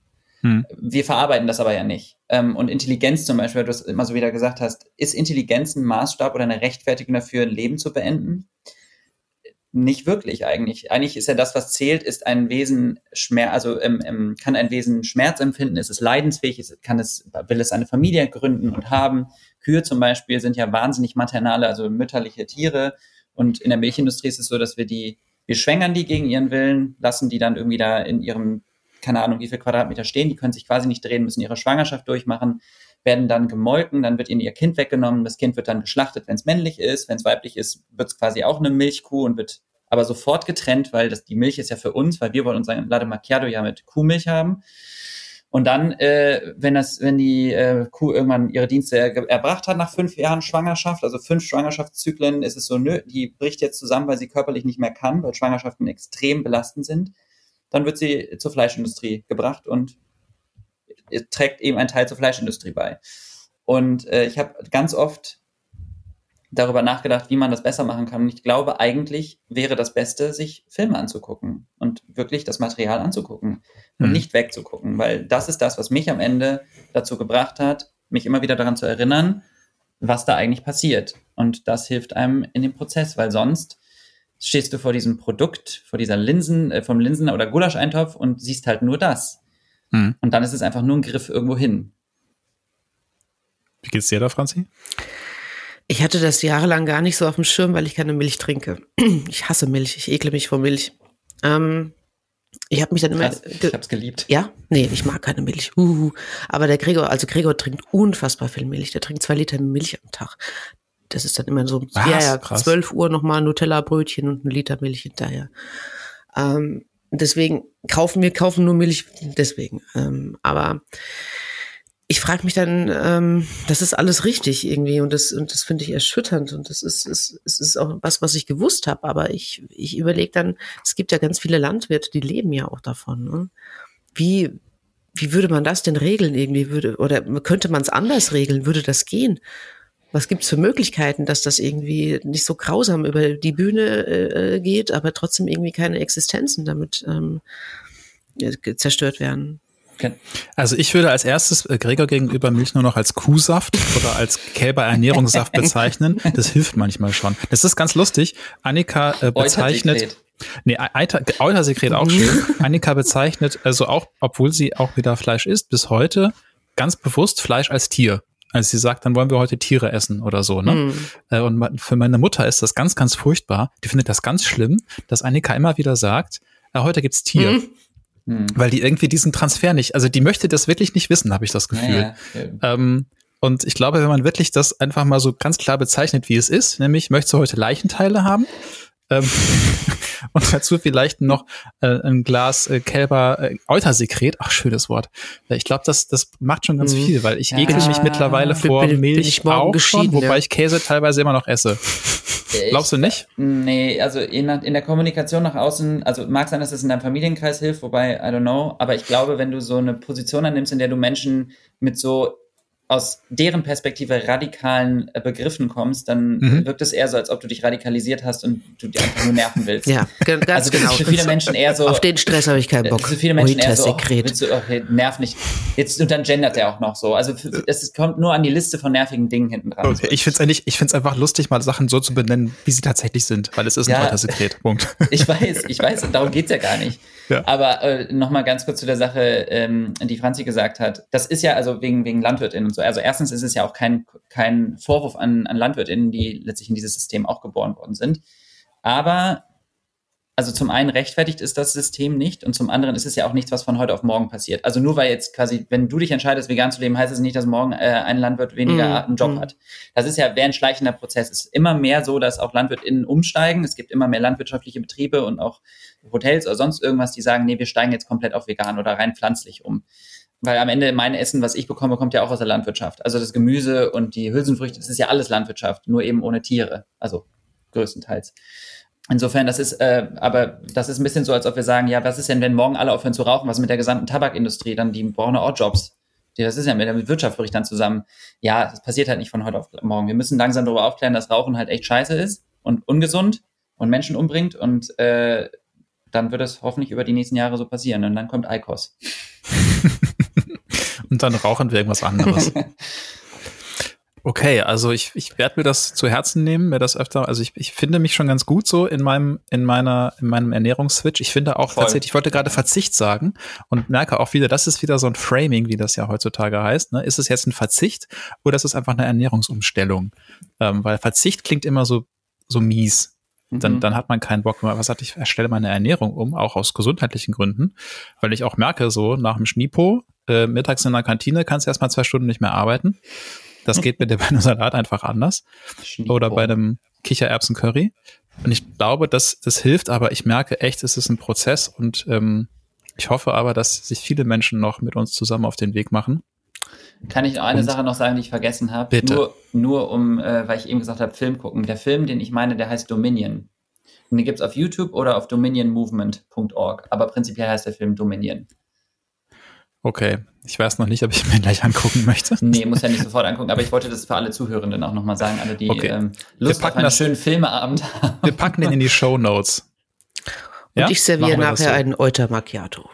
Hm. Wir verarbeiten das aber ja nicht. Ähm, und Intelligenz zum Beispiel, du es immer so wieder gesagt hast, ist Intelligenz ein Maßstab oder eine Rechtfertigung dafür, ein Leben zu beenden? Nicht wirklich eigentlich. Eigentlich ist ja das, was zählt, ist ein Wesen Schmerz, also ähm, ähm, kann ein Wesen Schmerz empfinden, ist es leidensfähig, ist, kann es, will es eine Familie gründen und haben. Kühe zum Beispiel sind ja wahnsinnig maternale, also mütterliche Tiere. Und in der Milchindustrie ist es so, dass wir die, wir schwängern die gegen ihren Willen, lassen die dann irgendwie da in ihrem, keine Ahnung, wie viel Quadratmeter stehen, die können sich quasi nicht drehen, müssen ihre Schwangerschaft durchmachen, werden dann gemolken, dann wird ihnen ihr Kind weggenommen, das Kind wird dann geschlachtet, wenn es männlich ist, wenn es weiblich ist, wird es quasi auch eine Milchkuh und wird aber sofort getrennt, weil das, die Milch ist ja für uns, weil wir wollen unser Latte Macchiato ja mit Kuhmilch haben. Und dann, äh, wenn das, wenn die äh, Kuh irgendwann ihre Dienste er, erbracht hat nach fünf Jahren Schwangerschaft, also fünf Schwangerschaftszyklen, ist es so, nö, die bricht jetzt zusammen, weil sie körperlich nicht mehr kann, weil Schwangerschaften extrem belastend sind, dann wird sie zur Fleischindustrie gebracht und trägt eben einen Teil zur Fleischindustrie bei. Und äh, ich habe ganz oft darüber nachgedacht, wie man das besser machen kann. Und ich glaube, eigentlich wäre das Beste, sich Filme anzugucken und wirklich das Material anzugucken und mhm. nicht wegzugucken, weil das ist das, was mich am Ende dazu gebracht hat, mich immer wieder daran zu erinnern, was da eigentlich passiert. Und das hilft einem in dem Prozess, weil sonst stehst du vor diesem Produkt, vor dieser Linsen, äh, vom Linsen- oder Gulascheintopf und siehst halt nur das. Mhm. Und dann ist es einfach nur ein Griff irgendwo hin. Wie geht's dir da, Franzi? Ich hatte das jahrelang gar nicht so auf dem Schirm, weil ich keine Milch trinke. Ich hasse Milch, ich ekle mich vor Milch. Ähm, ich habe mich dann immer... Krass, ich hab's geliebt. Ja? Nee, ich mag keine Milch. Uhu. Aber der Gregor, also Gregor trinkt unfassbar viel Milch. Der trinkt zwei Liter Milch am Tag. Das ist dann immer so, Was? ja, ja, Krass. zwölf Uhr nochmal Nutella-Brötchen und ein Liter Milch hinterher. Ähm, deswegen kaufen wir kaufen nur Milch, deswegen. Ähm, aber... Ich frage mich dann, ähm, das ist alles richtig irgendwie und das und das finde ich erschütternd und das ist ist es ist auch was, was ich gewusst habe, aber ich ich überlege dann, es gibt ja ganz viele Landwirte, die leben ja auch davon. Ne? Wie wie würde man das denn regeln irgendwie würde oder könnte man es anders regeln? Würde das gehen? Was gibt's für Möglichkeiten, dass das irgendwie nicht so grausam über die Bühne äh, geht, aber trotzdem irgendwie keine Existenzen damit ähm, zerstört werden? Also ich würde als erstes Gregor gegenüber Milch nur noch als Kuhsaft oder als Kälberernährungssaft bezeichnen. Das hilft manchmal schon. Das ist ganz lustig. Annika äh, bezeichnet... Nee, Eutersekret auch schön. Annika bezeichnet, also auch, obwohl sie auch wieder Fleisch isst, bis heute ganz bewusst Fleisch als Tier. Also sie sagt, dann wollen wir heute Tiere essen oder so, ne? Mm. Und für meine Mutter ist das ganz, ganz furchtbar. Die findet das ganz schlimm, dass Annika immer wieder sagt, ja, heute gibt's Tier. Mm. Hm. Weil die irgendwie diesen Transfer nicht, also die möchte das wirklich nicht wissen, habe ich das Gefühl. Ja, ja. Ähm, und ich glaube, wenn man wirklich das einfach mal so ganz klar bezeichnet, wie es ist, nämlich möchtest du heute Leichenteile haben ähm, und dazu vielleicht noch äh, ein Glas äh, Kälber äh, Eutersekret, ach, schönes Wort. Ich glaube, das das macht schon ganz hm. viel, weil ich ja. ekel mich mittlerweile vor bin, Milch bin ich auch schon, wobei ja. ich Käse teilweise immer noch esse. Ich, Glaubst du nicht? Nee, also in, in der Kommunikation nach außen, also mag sein, dass es in deinem Familienkreis hilft, wobei, I don't know, aber ich glaube, wenn du so eine Position annimmst, in der du Menschen mit so aus deren Perspektive radikalen äh, Begriffen kommst, dann mhm. wirkt es eher so, als ob du dich radikalisiert hast und du dir einfach nur nerven willst. Ja, ganz also genau. Für viele Menschen eher so. Auf den Stress habe ich keinen Bock. Für viele Menschen eher so, oh, willst du, okay, nerv nicht. Jetzt, und dann gendert er auch noch so. Also es kommt nur an die Liste von nervigen Dingen hinten dran. Okay, ich finde es eigentlich, ich finde es einfach lustig, mal Sachen so zu benennen, wie sie tatsächlich sind, weil es ist ein ja, Eutersekret. Punkt. Ich weiß, ich weiß, darum geht's ja gar nicht. Ja. Aber äh, nochmal ganz kurz zu der Sache, ähm, die Franzi gesagt hat. Das ist ja also wegen, wegen LandwirtInnen und so. Also erstens ist es ja auch kein, kein Vorwurf an, an LandwirtInnen, die letztlich in dieses System auch geboren worden sind. Aber also zum einen rechtfertigt ist das System nicht und zum anderen ist es ja auch nichts, was von heute auf morgen passiert. Also nur weil jetzt quasi, wenn du dich entscheidest, vegan zu leben, heißt es nicht, dass morgen äh, ein Landwirt weniger mm, einen Job mm. hat. Das ist ja ein schleichender Prozess. Es ist immer mehr so, dass auch LandwirtInnen umsteigen. Es gibt immer mehr landwirtschaftliche Betriebe und auch Hotels oder sonst irgendwas, die sagen, nee, wir steigen jetzt komplett auf vegan oder rein pflanzlich um. Weil am Ende mein Essen, was ich bekomme, kommt ja auch aus der Landwirtschaft. Also das Gemüse und die Hülsenfrüchte, das ist ja alles Landwirtschaft, nur eben ohne Tiere. Also größtenteils. Insofern, das ist, äh, aber das ist ein bisschen so, als ob wir sagen, ja, was ist denn, wenn morgen alle aufhören zu rauchen? Was ist mit der gesamten Tabakindustrie? Dann, die brauchen auch Jobs. Das ist ja mit der Wirtschaft bricht dann zusammen. Ja, das passiert halt nicht von heute auf morgen. Wir müssen langsam darüber aufklären, dass Rauchen halt echt scheiße ist und ungesund und Menschen umbringt und äh, dann wird es hoffentlich über die nächsten Jahre so passieren und dann kommt I Q O S. Und dann rauchen wir irgendwas anderes. Okay, also ich, ich werde mir das zu Herzen nehmen, mir das öfter, also ich, ich finde mich schon ganz gut so in meinem, in meiner, in meinem Ernährungsswitch. Ich finde auch Voll. tatsächlich, ich wollte gerade Verzicht sagen und merke auch wieder, das ist wieder so ein Framing, wie das ja heutzutage heißt, ne? Ist es jetzt ein Verzicht oder ist es einfach eine Ernährungsumstellung? Ähm, weil Verzicht klingt immer so, so mies. Dann, mhm. dann hat man keinen Bock mehr. Was sagt, ich erstelle meine Ernährung um, auch aus gesundheitlichen Gründen, weil ich auch merke, so nach dem Schnipo, äh, mittags in der Kantine kannst du erstmal zwei Stunden nicht mehr arbeiten. Das geht mit dem bei einem Salat einfach anders. Schnipo. Oder bei einem Kichererbsen-Curry. Und ich glaube, das, das hilft, aber ich merke echt, es ist ein Prozess und ähm, ich hoffe aber, dass sich viele Menschen noch mit uns zusammen auf den Weg machen. Kann ich noch eine und? Sache noch sagen, die ich vergessen habe? Bitte. Nur, nur um, äh, weil ich eben gesagt habe, Film gucken. Der Film, den ich meine, der heißt Dominion. Und den gibt's auf YouTube oder auf dominion movement punkt org. Aber prinzipiell heißt der Film Dominion. Okay, ich weiß noch nicht, ob ich mir gleich angucken möchte. Nee, muss ja nicht sofort angucken, aber ich wollte das für alle Zuhörenden auch nochmal sagen, alle, die okay. ähm, Lust auf einen das, schönen Filmeabend haben. Wir packen den in die Shownotes. Und ja? ich serviere nachher so. einen Euter Macchiato.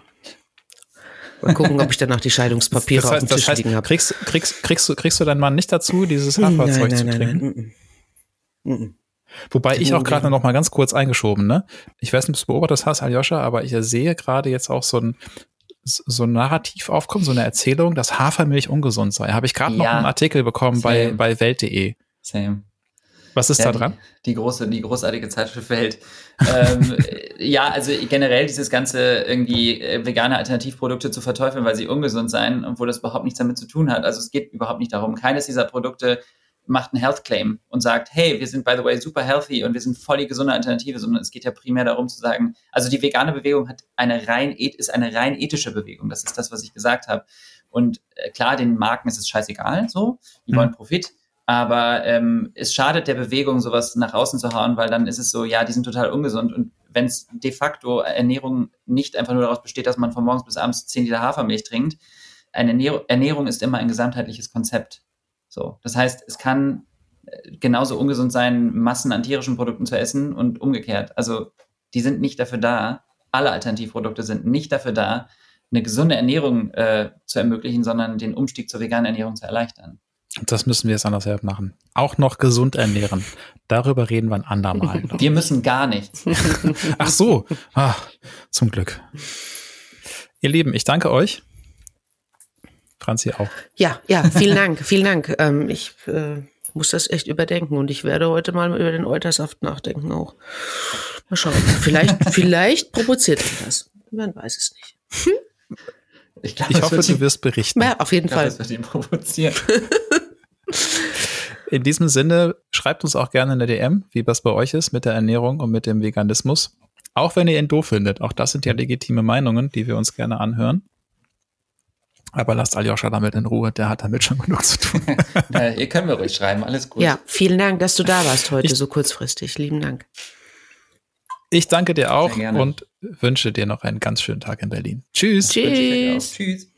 Mal gucken, ob ich danach die Scheidungspapiere das heißt, auf dem Tisch das heißt, liegen habe. Kriegst, kriegst, kriegst, du, kriegst du deinen Mann nicht dazu, dieses Haferzeug zu trinken? Nein, nein. Wobei ich auch gerade noch mal ganz kurz eingeschoben, ne? Ich weiß nicht, ob du beobachtet hast, Aljoscha, aber ich sehe gerade jetzt auch so ein so ein Narrativ aufkommen, so eine Erzählung, dass Hafermilch ungesund sei. Habe ich gerade ja. noch einen Artikel bekommen Same. bei bei Welt punkt de. Same. Was ist ja, da dran? Die, die große, die großartige Zeitschrift Welt. ähm, ja, also generell dieses ganze irgendwie vegane Alternativprodukte zu verteufeln, weil sie ungesund seien, obwohl das überhaupt nichts damit zu tun hat. Also es geht überhaupt nicht darum. Keines dieser Produkte macht einen Health Claim und sagt, hey, wir sind by the way super healthy und wir sind voll die gesunde Alternative, sondern es geht ja primär darum zu sagen, also die vegane Bewegung hat eine rein ist eine rein ethische Bewegung. Das ist das, was ich gesagt habe. Und äh, klar, den Marken ist es scheißegal, so, die mhm. wollen Profit, aber ähm, es schadet der Bewegung, sowas nach außen zu hauen, weil dann ist es so, ja, die sind total ungesund und wenn es de facto Ernährung nicht einfach nur daraus besteht, dass man von morgens bis abends zehn Liter Hafermilch trinkt, eine Ernährung, Ernährung ist immer ein gesamtheitliches Konzept. So, das heißt, es kann genauso ungesund sein, Massen an tierischen Produkten zu essen und umgekehrt. Also die sind nicht dafür da, alle Alternativprodukte sind nicht dafür da, eine gesunde Ernährung äh, zu ermöglichen, sondern den Umstieg zur veganen Ernährung zu erleichtern. Das müssen wir jetzt anders machen. Auch noch gesund ernähren. Darüber reden wir ein andermal. Wir müssen gar nichts. Ach so, ah, zum Glück. Ihr Lieben, ich danke euch. Franzi auch. Ja, ja, vielen Dank, vielen Dank. Ähm, ich äh, muss das echt überdenken und ich werde heute mal über den Eutersaft nachdenken auch. Mal schauen. Vielleicht, vielleicht provoziert ihn das. Man weiß es nicht. Hm? Ich, glaub, ich hoffe, du wirst berichten. Ja, auf jeden ich Fall. Glaub, das wird ihn provozieren. In diesem Sinne, schreibt uns auch gerne eine D M, wie das bei euch ist mit der Ernährung und mit dem Veganismus. Auch wenn ihr ihn doof findet. Auch das sind ja legitime Meinungen, die wir uns gerne anhören. Aber lasst Aljoscha damit in Ruhe, der hat damit schon genug zu tun. Ja, ihr könnt mir ruhig schreiben, alles gut. Ja, vielen Dank, dass du da warst heute ich, so kurzfristig. Lieben Dank. Ich danke dir auch und wünsche dir noch einen ganz schönen Tag in Berlin. Tschüss. Tschüss. Tschüss.